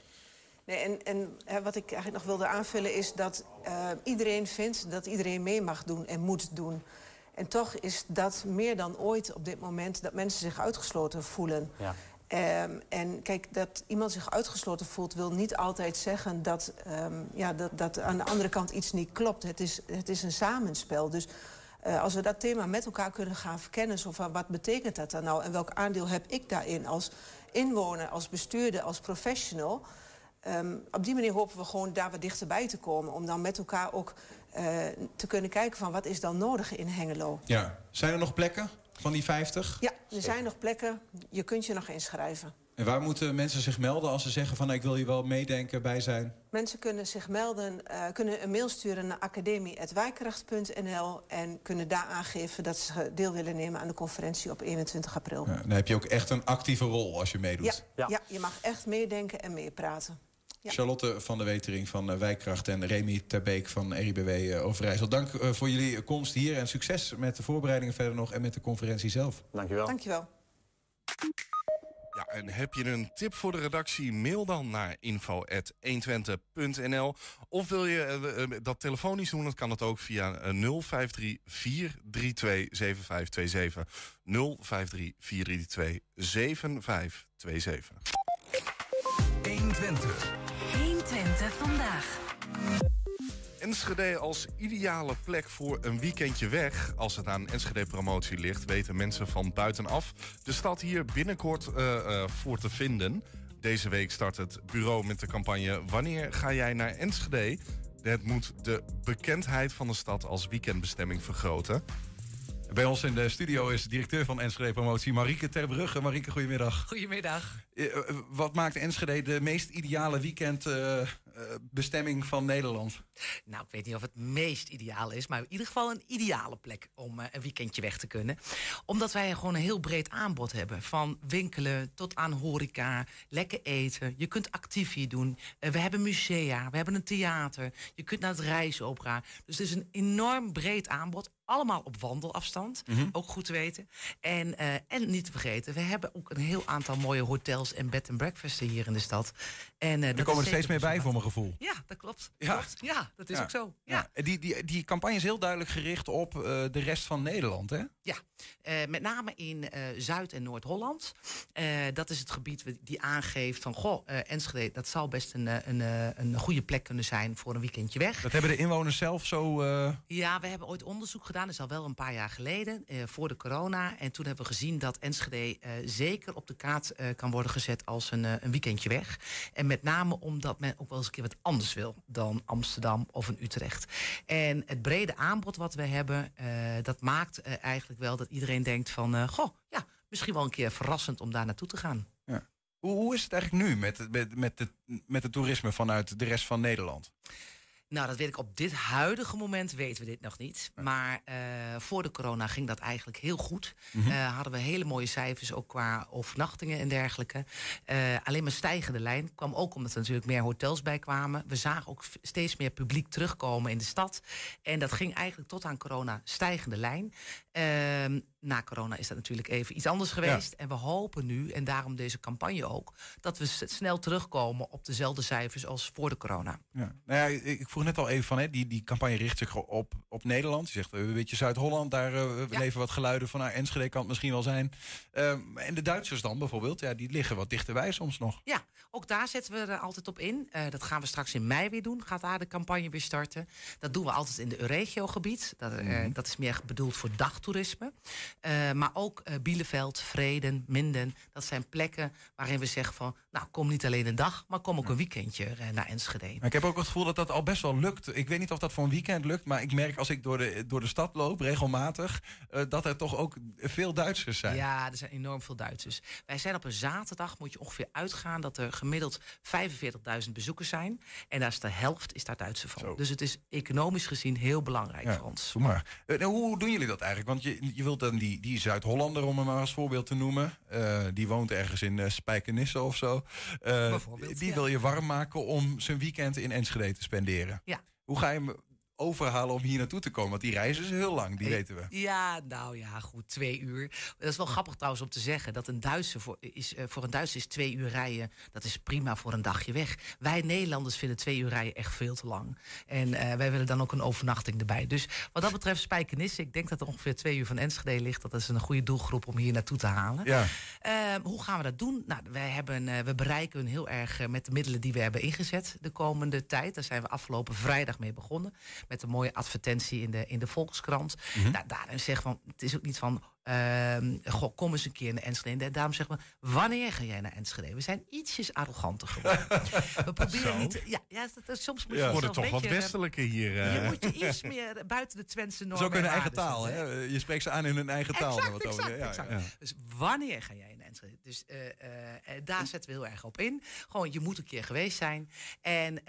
En wat ik eigenlijk nog wilde aanvullen is dat iedereen vindt dat iedereen mee mag doen en moet doen. En toch is dat meer dan ooit op dit moment dat mensen zich uitgesloten voelen. Ja. En kijk, dat iemand zich uitgesloten voelt wil niet altijd zeggen dat aan de andere kant iets niet klopt. Het is een samenspel. Dus als we dat thema met elkaar kunnen gaan verkennen, zo van wat betekent dat dan nou en welk aandeel heb ik daarin als inwoner, als bestuurder, als professional. Op die manier hopen we gewoon daar wat dichterbij te komen. Om dan met elkaar ook te kunnen kijken van wat is dan nodig in Hengelo.
Ja. Zijn er nog plekken van die 50?
Ja, er zijn nog plekken. Je kunt je nog inschrijven.
En waar moeten mensen zich melden als ze zeggen van ik wil hier wel meedenken, bij zijn?
Mensen kunnen zich melden, kunnen een mail sturen naar academie@wijkracht.nl en kunnen daar aangeven dat ze deel willen nemen aan de conferentie op 21 april. Ja,
dan heb je ook echt een actieve rol als je meedoet.
Ja, je mag echt meedenken en meepraten. Ja.
Charlotte van der Wetering van Wijkracht en Remy Terbeek van RIBW Overijssel. Dank voor jullie komst hier en succes met de voorbereidingen verder nog en met de conferentie zelf.
Dankjewel.
Dankjewel.
Ja, en heb je een tip voor de redactie? Mail dan naar info@120.nl. Of wil je dat telefonisch doen? Dan kan het ook via 053 432 7527. 053 432 7527.
120.
120 vandaag.
Enschede als ideale plek voor een weekendje weg. Als het aan Enschede-promotie ligt, weten mensen van buitenaf de stad hier binnenkort voor te vinden. Deze week start het bureau met de campagne Wanneer ga jij naar Enschede? Het moet de bekendheid van de stad als weekendbestemming vergroten.
Bij ons in de studio is de directeur van Enschede Promotie, Marieke Terbrugge. Marieke, goedemiddag.
Goedemiddag.
Wat maakt Enschede de meest ideale weekendbestemming van Nederland?
Nou, ik weet niet of het meest ideaal is, maar in ieder geval een ideale plek om een weekendje weg te kunnen. Omdat wij gewoon een heel breed aanbod hebben. Van winkelen tot aan horeca, lekker eten. Je kunt actief hier doen. We hebben musea, we hebben een theater. Je kunt naar het Rijksopera. Dus het is een enorm breed aanbod. Allemaal op wandelafstand, ook goed te weten. En niet te vergeten, we hebben ook een heel aantal mooie hotels en bed and breakfasten hier in de stad. En,
er komen er steeds meer bij voor mijn gevoel.
Ja, dat klopt. Ja, dat is ook zo. Ja.
Die campagne is heel duidelijk gericht op de rest van Nederland, hè?
Ja, met name in Zuid- en Noord-Holland. Dat is het gebied die aangeeft van... Enschede, dat zou best een goede plek kunnen zijn voor een weekendje weg.
Dat hebben de inwoners zelf zo...
Ja, we hebben ooit onderzoek gedaan. Dat is al wel een paar jaar geleden, voor de corona. En toen hebben we gezien dat Enschede zeker op de kaart kan worden gezet als een weekendje weg. En met name omdat men ook wel eens een keer wat anders wil dan Amsterdam of een Utrecht. En het brede aanbod wat we hebben, dat maakt eigenlijk wel dat iedereen denkt van... misschien wel een keer verrassend om daar naartoe te gaan.
Ja. Hoe is het eigenlijk nu met het toerisme vanuit de rest van Nederland?
Nou, dat weet ik op dit huidige moment weten we dit nog niet. Maar voor de corona ging dat eigenlijk heel goed. Hadden we hele mooie cijfers, ook qua overnachtingen en dergelijke. Alleen maar stijgende lijn. Kwam ook omdat er natuurlijk meer hotels bij kwamen. We zagen ook steeds meer publiek terugkomen in de stad. En dat ging eigenlijk tot aan corona stijgende lijn. Na corona is dat natuurlijk even iets anders geweest. Ja. En we hopen nu, en daarom deze campagne ook... dat we snel terugkomen op dezelfde cijfers als voor de corona. Ja.
Nou ja, ik vroeg net al even van, die campagne richt zich op Nederland. Je zegt, weet je, Zuid-Holland, daar leven wat geluiden van... Enschede kan het misschien wel zijn. En de Duitsers dan bijvoorbeeld, die liggen wat dichterbij soms nog.
Ja, ook daar zetten we er altijd op in. Dat gaan we straks in mei weer doen. Gaat daar de campagne weer starten. Dat doen we altijd in de Euregio-gebied. Dat is meer bedoeld voor dagtoerisme. Maar ook Bielefeld, Vreden, Minden. Dat zijn plekken waarin we zeggen van... nou, kom niet alleen een dag, maar kom ook een weekendje naar Enschede.
Maar ik heb ook het gevoel dat dat al best wel lukt. Ik weet niet of dat voor een weekend lukt... maar ik merk als ik door de stad loop, regelmatig... dat er toch ook veel Duitsers zijn.
Ja, er zijn enorm veel Duitsers. Wij zijn op een zaterdag, moet je ongeveer uitgaan... dat er gemiddeld 45.000 bezoekers zijn. En daar is de helft is daar Duitser van. Zo. Dus het is economisch gezien heel belangrijk voor ons.
Doe maar. Hoe doen jullie dat eigenlijk? Want je wilt dan die Zuid-Hollander, om hem maar als voorbeeld te noemen... die woont ergens in Spijkenisse of zo... die wil je warm maken om zijn weekend in Enschede te spenderen. Ja. Hoe ga je hem overhalen om hier naartoe te komen? Want die reizen is heel lang, die weten we.
Ja, nou ja, goed, 2 uur. Dat is wel grappig trouwens om te zeggen... dat een Duitser voor een Duitser is 2 uur rijden... dat is prima voor een dagje weg. Wij Nederlanders vinden 2 uur rijden echt veel te lang. En wij willen dan ook een overnachting erbij. Dus wat dat betreft Spijkenisse... ik denk dat er ongeveer 2 uur van Enschede ligt. Dat is een goede doelgroep om hier naartoe te halen. Ja. Hoe gaan we dat doen? Nou, we bereiken hun heel erg met de middelen die we hebben ingezet... de komende tijd. Daar zijn we afgelopen vrijdag mee begonnen... met een mooie advertentie in de Volkskrant. Nou, daarin zeggen we, het is ook niet van... kom eens een keer naar Enschede. En daarom zeggen we, wanneer ga jij naar Enschede? We zijn ietsjes arroganter geworden. We proberen niet... soms moet je
worden toch wat westelijker hier.
Je moet je iets meer buiten de Twentse normen.
Zo ook in hun eigen taal, hè? Je spreekt ze aan in hun eigen taal.
Exact. Dus wanneer ga jij naar Enschede? Dus daar zetten we heel erg op in. Gewoon, je moet een keer geweest zijn. En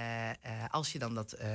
als je dan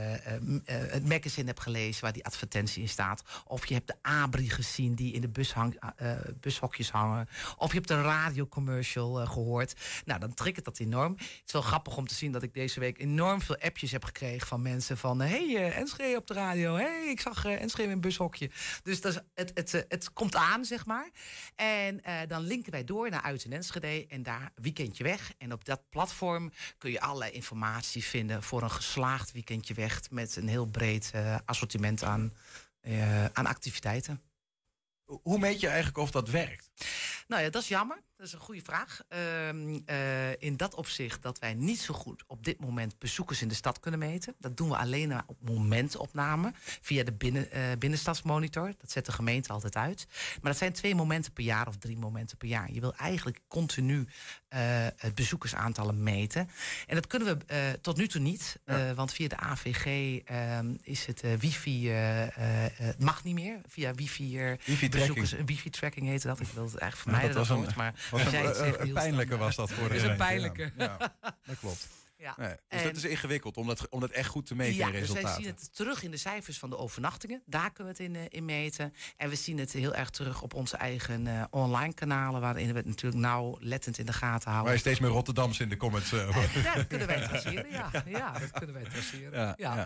het magazine hebt gelezen waar die advertentie in staat... of je hebt de ABRI gezien die in de bushokjes hangen... of je hebt een radiocommercial gehoord... nou, dan triggert dat enorm. Het is wel grappig om te zien dat ik deze week enorm veel appjes heb gekregen van mensen van... Enschede op de radio, ik zag Enschede in een bushokje. Dus het komt aan, zeg maar. En dan linken wij door naar Uit in Enschede en daar weekendje weg. En op dat platform kun je allerlei informatie vinden... voor een geslaagd weekendje weg... met een heel breed assortiment aan activiteiten.
Hoe meet je eigenlijk of dat werkt?
Nou ja, dat is jammer. dat is een goede vraag. In dat opzicht dat wij niet zo goed op dit moment bezoekers in de stad kunnen meten. Dat doen we alleen maar op momentopname via de binnenstadsmonitor. Dat zet de gemeente altijd uit. Maar dat zijn 2 momenten per jaar of 3 momenten per jaar. Je wil eigenlijk continu het bezoekersaantallen meten. En dat kunnen we tot nu toe niet. Want via de AVG is het wifi... het mag niet meer. Via wifi bezoekers. Een wifi-tracking heette dat. Ik wilde het eigenlijk vermijden.
Dat was een pijnlijke was dat voor de
gemeente. Dat is een pijnlijke.
Ja, dat klopt.
Ja.
Nee, dus dat is ingewikkeld om dat echt goed te meten in resultaten.
Dus wij zien het terug in de cijfers van de overnachtingen. Daar kunnen we het in meten. En we zien het heel erg terug op onze eigen online kanalen... waarin we het natuurlijk nauwlettend in de gaten houden.
Waar je steeds meer Rotterdams in de comments...
dat kunnen wij traceren, ja, dat kunnen wij traceren. Ja.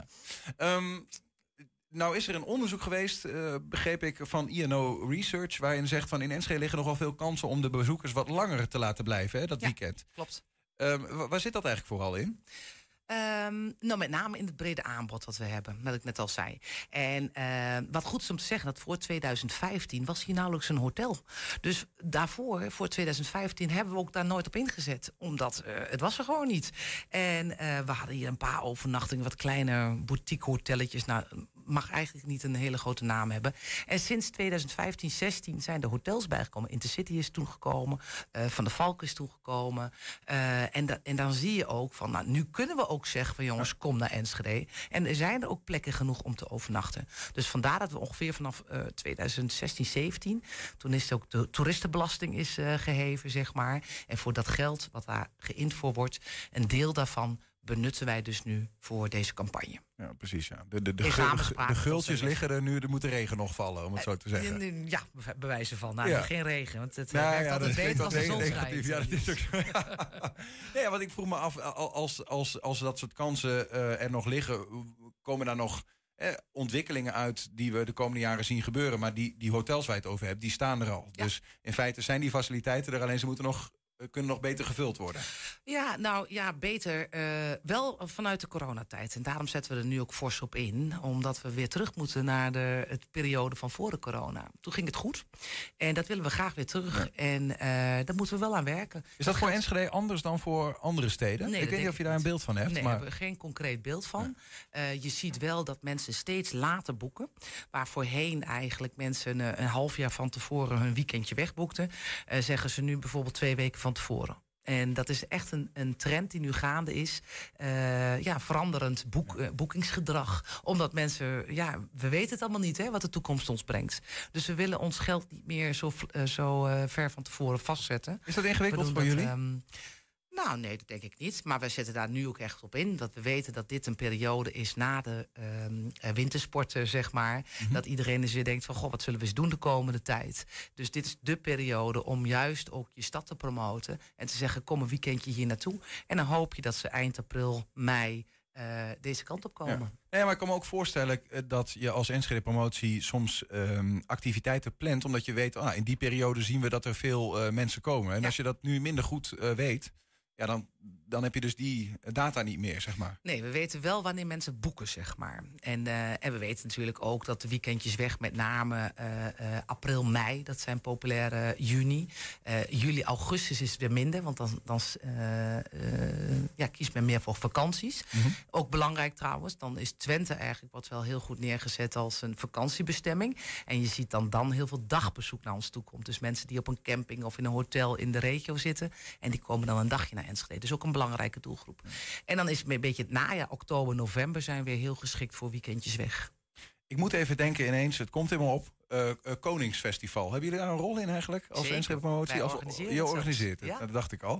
Nou is er een onderzoek geweest, begreep ik, van INO Research... waarin zegt van in Enschede liggen nog wel veel kansen... om de bezoekers wat langer te laten blijven, dat weekend.
Klopt.
Waar zit dat eigenlijk vooral in?
Nou, met name in het brede aanbod wat we hebben, wat ik net al zei. En wat goed is om te zeggen, dat voor 2015 was hier nauwelijks een hotel. Dus daarvoor, voor 2015, hebben we ook daar nooit op ingezet. Omdat het was er gewoon niet. En we hadden hier een paar overnachtingen, wat kleine boutique hotelletjes. Nou, mag eigenlijk niet een hele grote naam hebben. En sinds 2015, 16 zijn er hotels bijgekomen. Intercity is toen gekomen, Van der Valk is toen gekomen. En dan zie je ook van, nou, nu kunnen we ook zeggen van jongens, kom naar Enschede. En er zijn er ook plekken genoeg om te overnachten. Dus vandaar dat we ongeveer vanaf 2016, 17... toen is ook de toeristenbelasting is geheven, zeg maar. En voor dat geld wat daar geïnd voor wordt, een deel daarvan benutten wij dus nu voor deze campagne.
Ja, precies. Ja. De gultjes liggen er nu, er moet de regen nog vallen, om het zo te zeggen.
Ja, bewijzen van. Nou, geen regen, want het werkt altijd beter als de zon schijnt.
Ja, dat is ook zo. Nee, want ik vroeg me af, als dat soort kansen er nog liggen, komen daar nog ontwikkelingen uit die we de komende jaren zien gebeuren. Maar die hotels waar je het over hebt, die staan er al. Ja. Dus in feite zijn die faciliteiten er, alleen ze moeten kunnen nog beter gevuld worden. Ja, nou ja, beter. Wel vanuit de coronatijd. En daarom zetten we er nu ook fors op in. Omdat we weer terug moeten naar het periode van voor de corona. Toen ging het goed. En dat willen we graag weer terug. Ja. En daar moeten we wel aan werken. Is dat voor Enschede anders dan voor andere steden? Nee, ik weet niet of je daar een beeld van hebt. Nee, daar hebben we geen concreet beeld van. Ja. Je ziet wel dat mensen steeds later boeken. Waar voorheen eigenlijk mensen een half jaar van tevoren hun weekendje wegboekten. Zeggen ze nu bijvoorbeeld 2 weken van tevoren. En dat is echt een trend die nu gaande is. Veranderend boekingsgedrag. Omdat mensen, we weten het allemaal niet, wat de toekomst ons brengt. Dus we willen ons geld niet meer zo ver van tevoren vastzetten. Is dat ingewikkeld voor jullie? Nou, nee, dat denk ik niet. Maar wij zetten daar nu ook echt op in. Dat we weten dat dit een periode is na de wintersporten, zeg maar. Mm-hmm. Dat iedereen dus weer denkt van, goh, wat zullen we eens doen de komende tijd? Dus dit is de periode om juist ook je stad te promoten. En te zeggen, kom een weekendje hier naartoe. En dan hoop je dat ze eind april, mei deze kant op komen. Ja, maar ik kan me ook voorstellen dat je als Enschede Promotie soms activiteiten plant, omdat je weet, in die periode zien we dat er veel mensen komen. En als je dat nu minder goed weet, dan heb je dus die data niet meer, zeg maar. Nee, we weten wel wanneer mensen boeken, zeg maar. En we weten natuurlijk ook dat de weekendjes weg, met name april, mei, dat zijn populaire juni. Juli, augustus is het weer minder, want dan kiest men meer voor vakanties. Mm-hmm. Ook belangrijk trouwens, dan is Twente eigenlijk wat wel heel goed neergezet als een vakantiebestemming. En je ziet dan heel veel dagbezoek naar ons toe komt. Dus mensen die op een camping of in een hotel in de regio zitten, en die komen dan een dagje naar Enschede. Dus ook een belangrijke doelgroep. En dan is het een beetje het najaar, oktober, november zijn weer heel geschikt voor weekendjes weg. Ik moet even denken ineens, het komt helemaal op, Koningsfestival. Hebben jullie daar een rol in eigenlijk als Enschede Promotie? Je organiseert het, dat dacht ik al.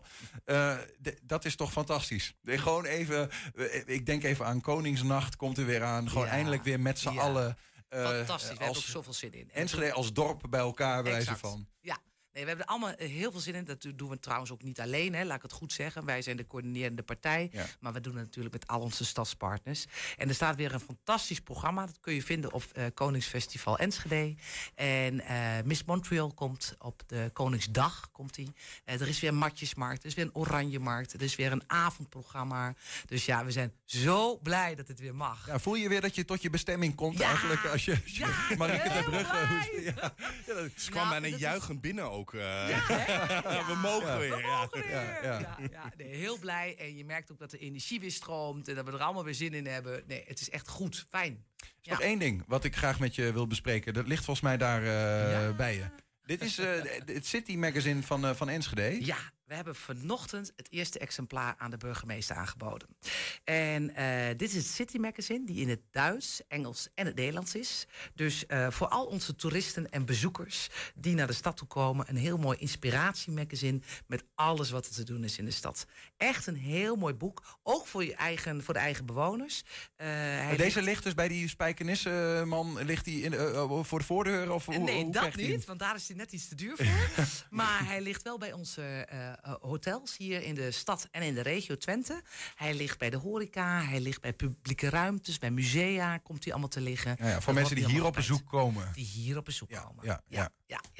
Dat is toch fantastisch. Gewoon even, ik denk even aan Koningsnacht, komt er weer aan. Gewoon eindelijk weer met z'n allen. Fantastisch, we hebben ook zoveel zin in. Enschede als dorp bij elkaar, bij wijze van. Ja. Nee, we hebben er allemaal heel veel zin in. Dat doen we trouwens ook niet alleen, laat ik het goed zeggen. Wij zijn de coördinerende partij. Ja. Maar we doen het natuurlijk met al onze stadspartners. En er staat weer een fantastisch programma. Dat kun je vinden op Koningsfestival Enschede. En Miss Montreal komt op de Koningsdag. Er is weer een matjesmarkt. Er is weer een oranjemarkt. Er is weer een avondprogramma. Dus ja, we zijn zo blij dat het weer mag. Ja, voel je weer dat je tot je bestemming komt eigenlijk? Als je Marieke ter Brugge... Ze kwam bijna juichend binnen ook.
ook. We mogen weer.
Ja, nee, heel blij. En je merkt ook dat de energie weer stroomt en dat we er allemaal weer zin in hebben. Nee, het is echt goed. Fijn.
Er is nog één ding wat ik graag met je wil bespreken. Dat ligt volgens mij daar bij je. Dit is het City Magazine van Enschede.
Ja, we hebben vanochtend het eerste exemplaar aan de burgemeester aangeboden. En dit is het City Magazine, die in het Duits, Engels en het Nederlands is. Dus voor al onze toeristen en bezoekers die naar de stad toe komen, een heel mooi inspiratiemagazine met alles wat er te doen is in de stad. Echt een heel mooi boek, ook voor de eigen bewoners.
Deze ligt dus bij die Spijkenisseman, ligt die voor de voordeur? Of
nee,
hoe
dat niet, want daar is hij net iets te duur voor. Maar hij ligt wel bij onze hotels hier in de stad en in de regio Twente. Hij ligt bij de horeca, hij ligt bij publieke ruimtes, bij musea komt hij allemaal te liggen.
Ja, voor mensen die hier op bezoek komen.
Die hier op bezoek komen.
Ja.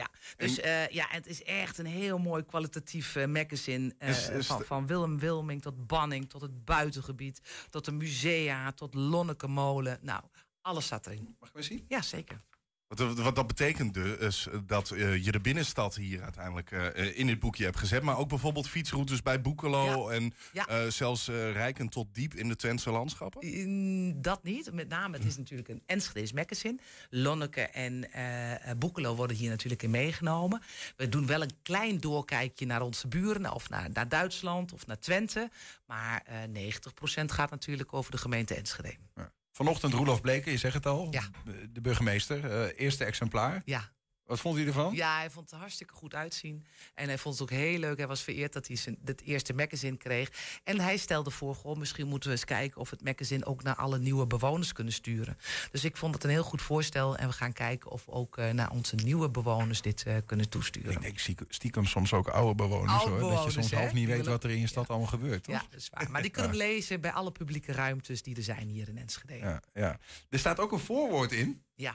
Dus het is echt een heel mooi kwalitatief magazine. Van Willem Wilming tot Banning, tot het buitengebied, tot de musea, tot Lonnekemolen. Nou, alles staat erin.
Mag ik weer zien?
Ja, zeker.
Wat dat betekent dus dat je de binnenstad hier uiteindelijk in dit boekje hebt gezet. Maar ook bijvoorbeeld fietsroutes bij Boekelo en zelfs rijkend tot diep in de Twentse landschappen?
Dat niet. Met name, het is natuurlijk een Enschede's magazine. Lonneke en Boekelo worden hier natuurlijk in meegenomen. We doen wel een klein doorkijkje naar onze buren, of naar Duitsland of naar Twente. Maar 90% gaat natuurlijk over de gemeente Enschede.
Ja. Vanochtend Roelof Bleken, je zegt het al, de burgemeester, eerste exemplaar.
Ja.
Wat vond u ervan?
Ja, hij vond het er hartstikke goed uitzien. En hij vond het ook heel leuk. Hij was vereerd dat hij het eerste magazine kreeg. En hij stelde voor, misschien moeten we eens kijken of het magazine ook naar alle nieuwe bewoners kunnen sturen. Dus ik vond het een heel goed voorstel. En we gaan kijken of we ook naar onze nieuwe bewoners dit kunnen toesturen.
Ik denk stiekem soms ook oude bewoners. Dat je soms half niet weet wat er in je stad allemaal gebeurt. Toch?
Ja, dat is waar. Maar die kunnen we lezen bij alle publieke ruimtes die er zijn hier in Enschede.
Ja. Er staat ook een voorwoord in.
Ja.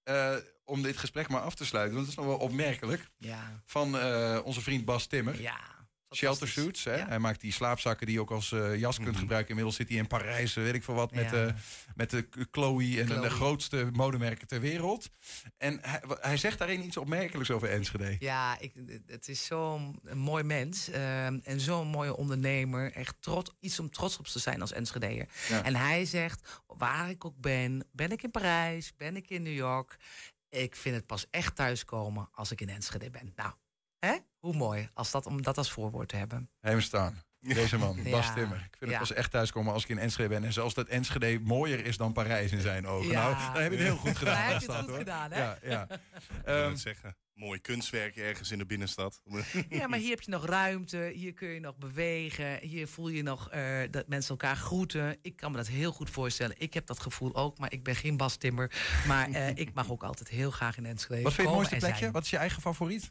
Om dit gesprek maar af te sluiten, want dat is nog wel opmerkelijk.
Ja.
Van onze vriend Bas Timmer.
Ja.
Shelter Suits. Hè? Ja. Hij maakt die slaapzakken die je ook als jas kunt gebruiken. Inmiddels zit hij in Parijs, weet ik veel wat, met de Chloe en de grootste modemerken ter wereld. En hij zegt daarin iets opmerkelijks over Enschede.
Ja, het is zo'n mooi mens en zo'n mooie ondernemer. Echt iets om trots op te zijn als Enschedeër. Ja. En hij zegt, waar ik ook ben ik in Parijs, ben ik in New York. Ik vind het pas echt thuiskomen als ik in Enschede ben. Nou, hoe mooi om dat als voorwoord te hebben.
Hem staan. Deze man, Bas Timmer. Ik vind het pas echt thuiskomen als ik in Enschede ben. En zelfs dat Enschede mooier is dan Parijs in zijn ogen.
Ja.
Nou, dan heb je het heel goed gedaan.
Daar heb je het goed gedaan, hè?
Ja. Ik wil zeggen, mooi kunstwerk ergens in de binnenstad.
Ja, maar hier heb je nog ruimte. Hier kun je nog bewegen. Hier voel je nog dat mensen elkaar groeten. Ik kan me dat heel goed voorstellen. Ik heb dat gevoel ook, maar ik ben geen Bas Timmer. Maar ik mag ook altijd heel graag in Enschede.
Wat vind je het mooiste plekje? Wat is je eigen favoriet?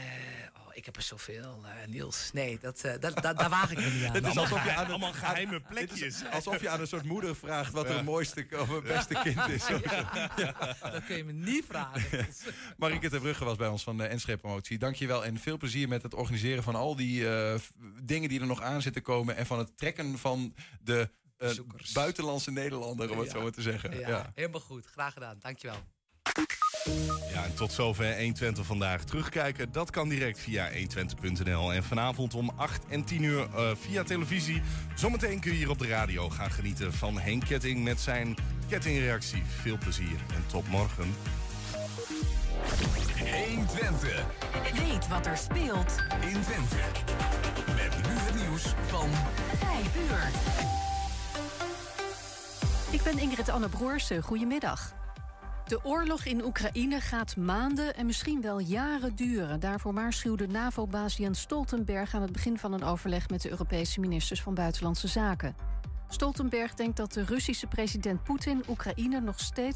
Ik heb er zoveel, Niels. Nee, daar waag ik me niet aan.
Het is alsof je aan
allemaal geheime plekjes.
Alsof je aan een soort moeder vraagt wat het mooiste of het beste kind is.
Dat kun je me niet vragen.
Marieke ter Brugge was bij ons van de Enschede Promotie. Dank je wel en veel plezier met het organiseren van al die dingen die er nog aan zitten komen. En van het trekken van de buitenlandse Nederlander, om het zo maar te zeggen.
Ja, helemaal goed. Graag gedaan. Dank je wel.
Ja, en tot zover 120 vandaag. Terugkijken, dat kan direct via 120.nl. En vanavond om 8 en 10 uur via televisie. Zometeen kun je hier op de radio gaan genieten van Henk Ketting met zijn kettingreactie. Veel plezier en tot morgen.
120.
Weet wat er speelt
in Twente. Met nu het nieuws van
5 uur. Ik ben Ingrid Anne Broersen. Goedemiddag. De oorlog in Oekraïne gaat maanden en misschien wel jaren duren. Daarvoor waarschuwde NAVO-baas Jens Stoltenberg aan het begin van een overleg met de Europese ministers van Buitenlandse Zaken. Stoltenberg denkt dat de Russische president Poetin Oekraïne nog steeds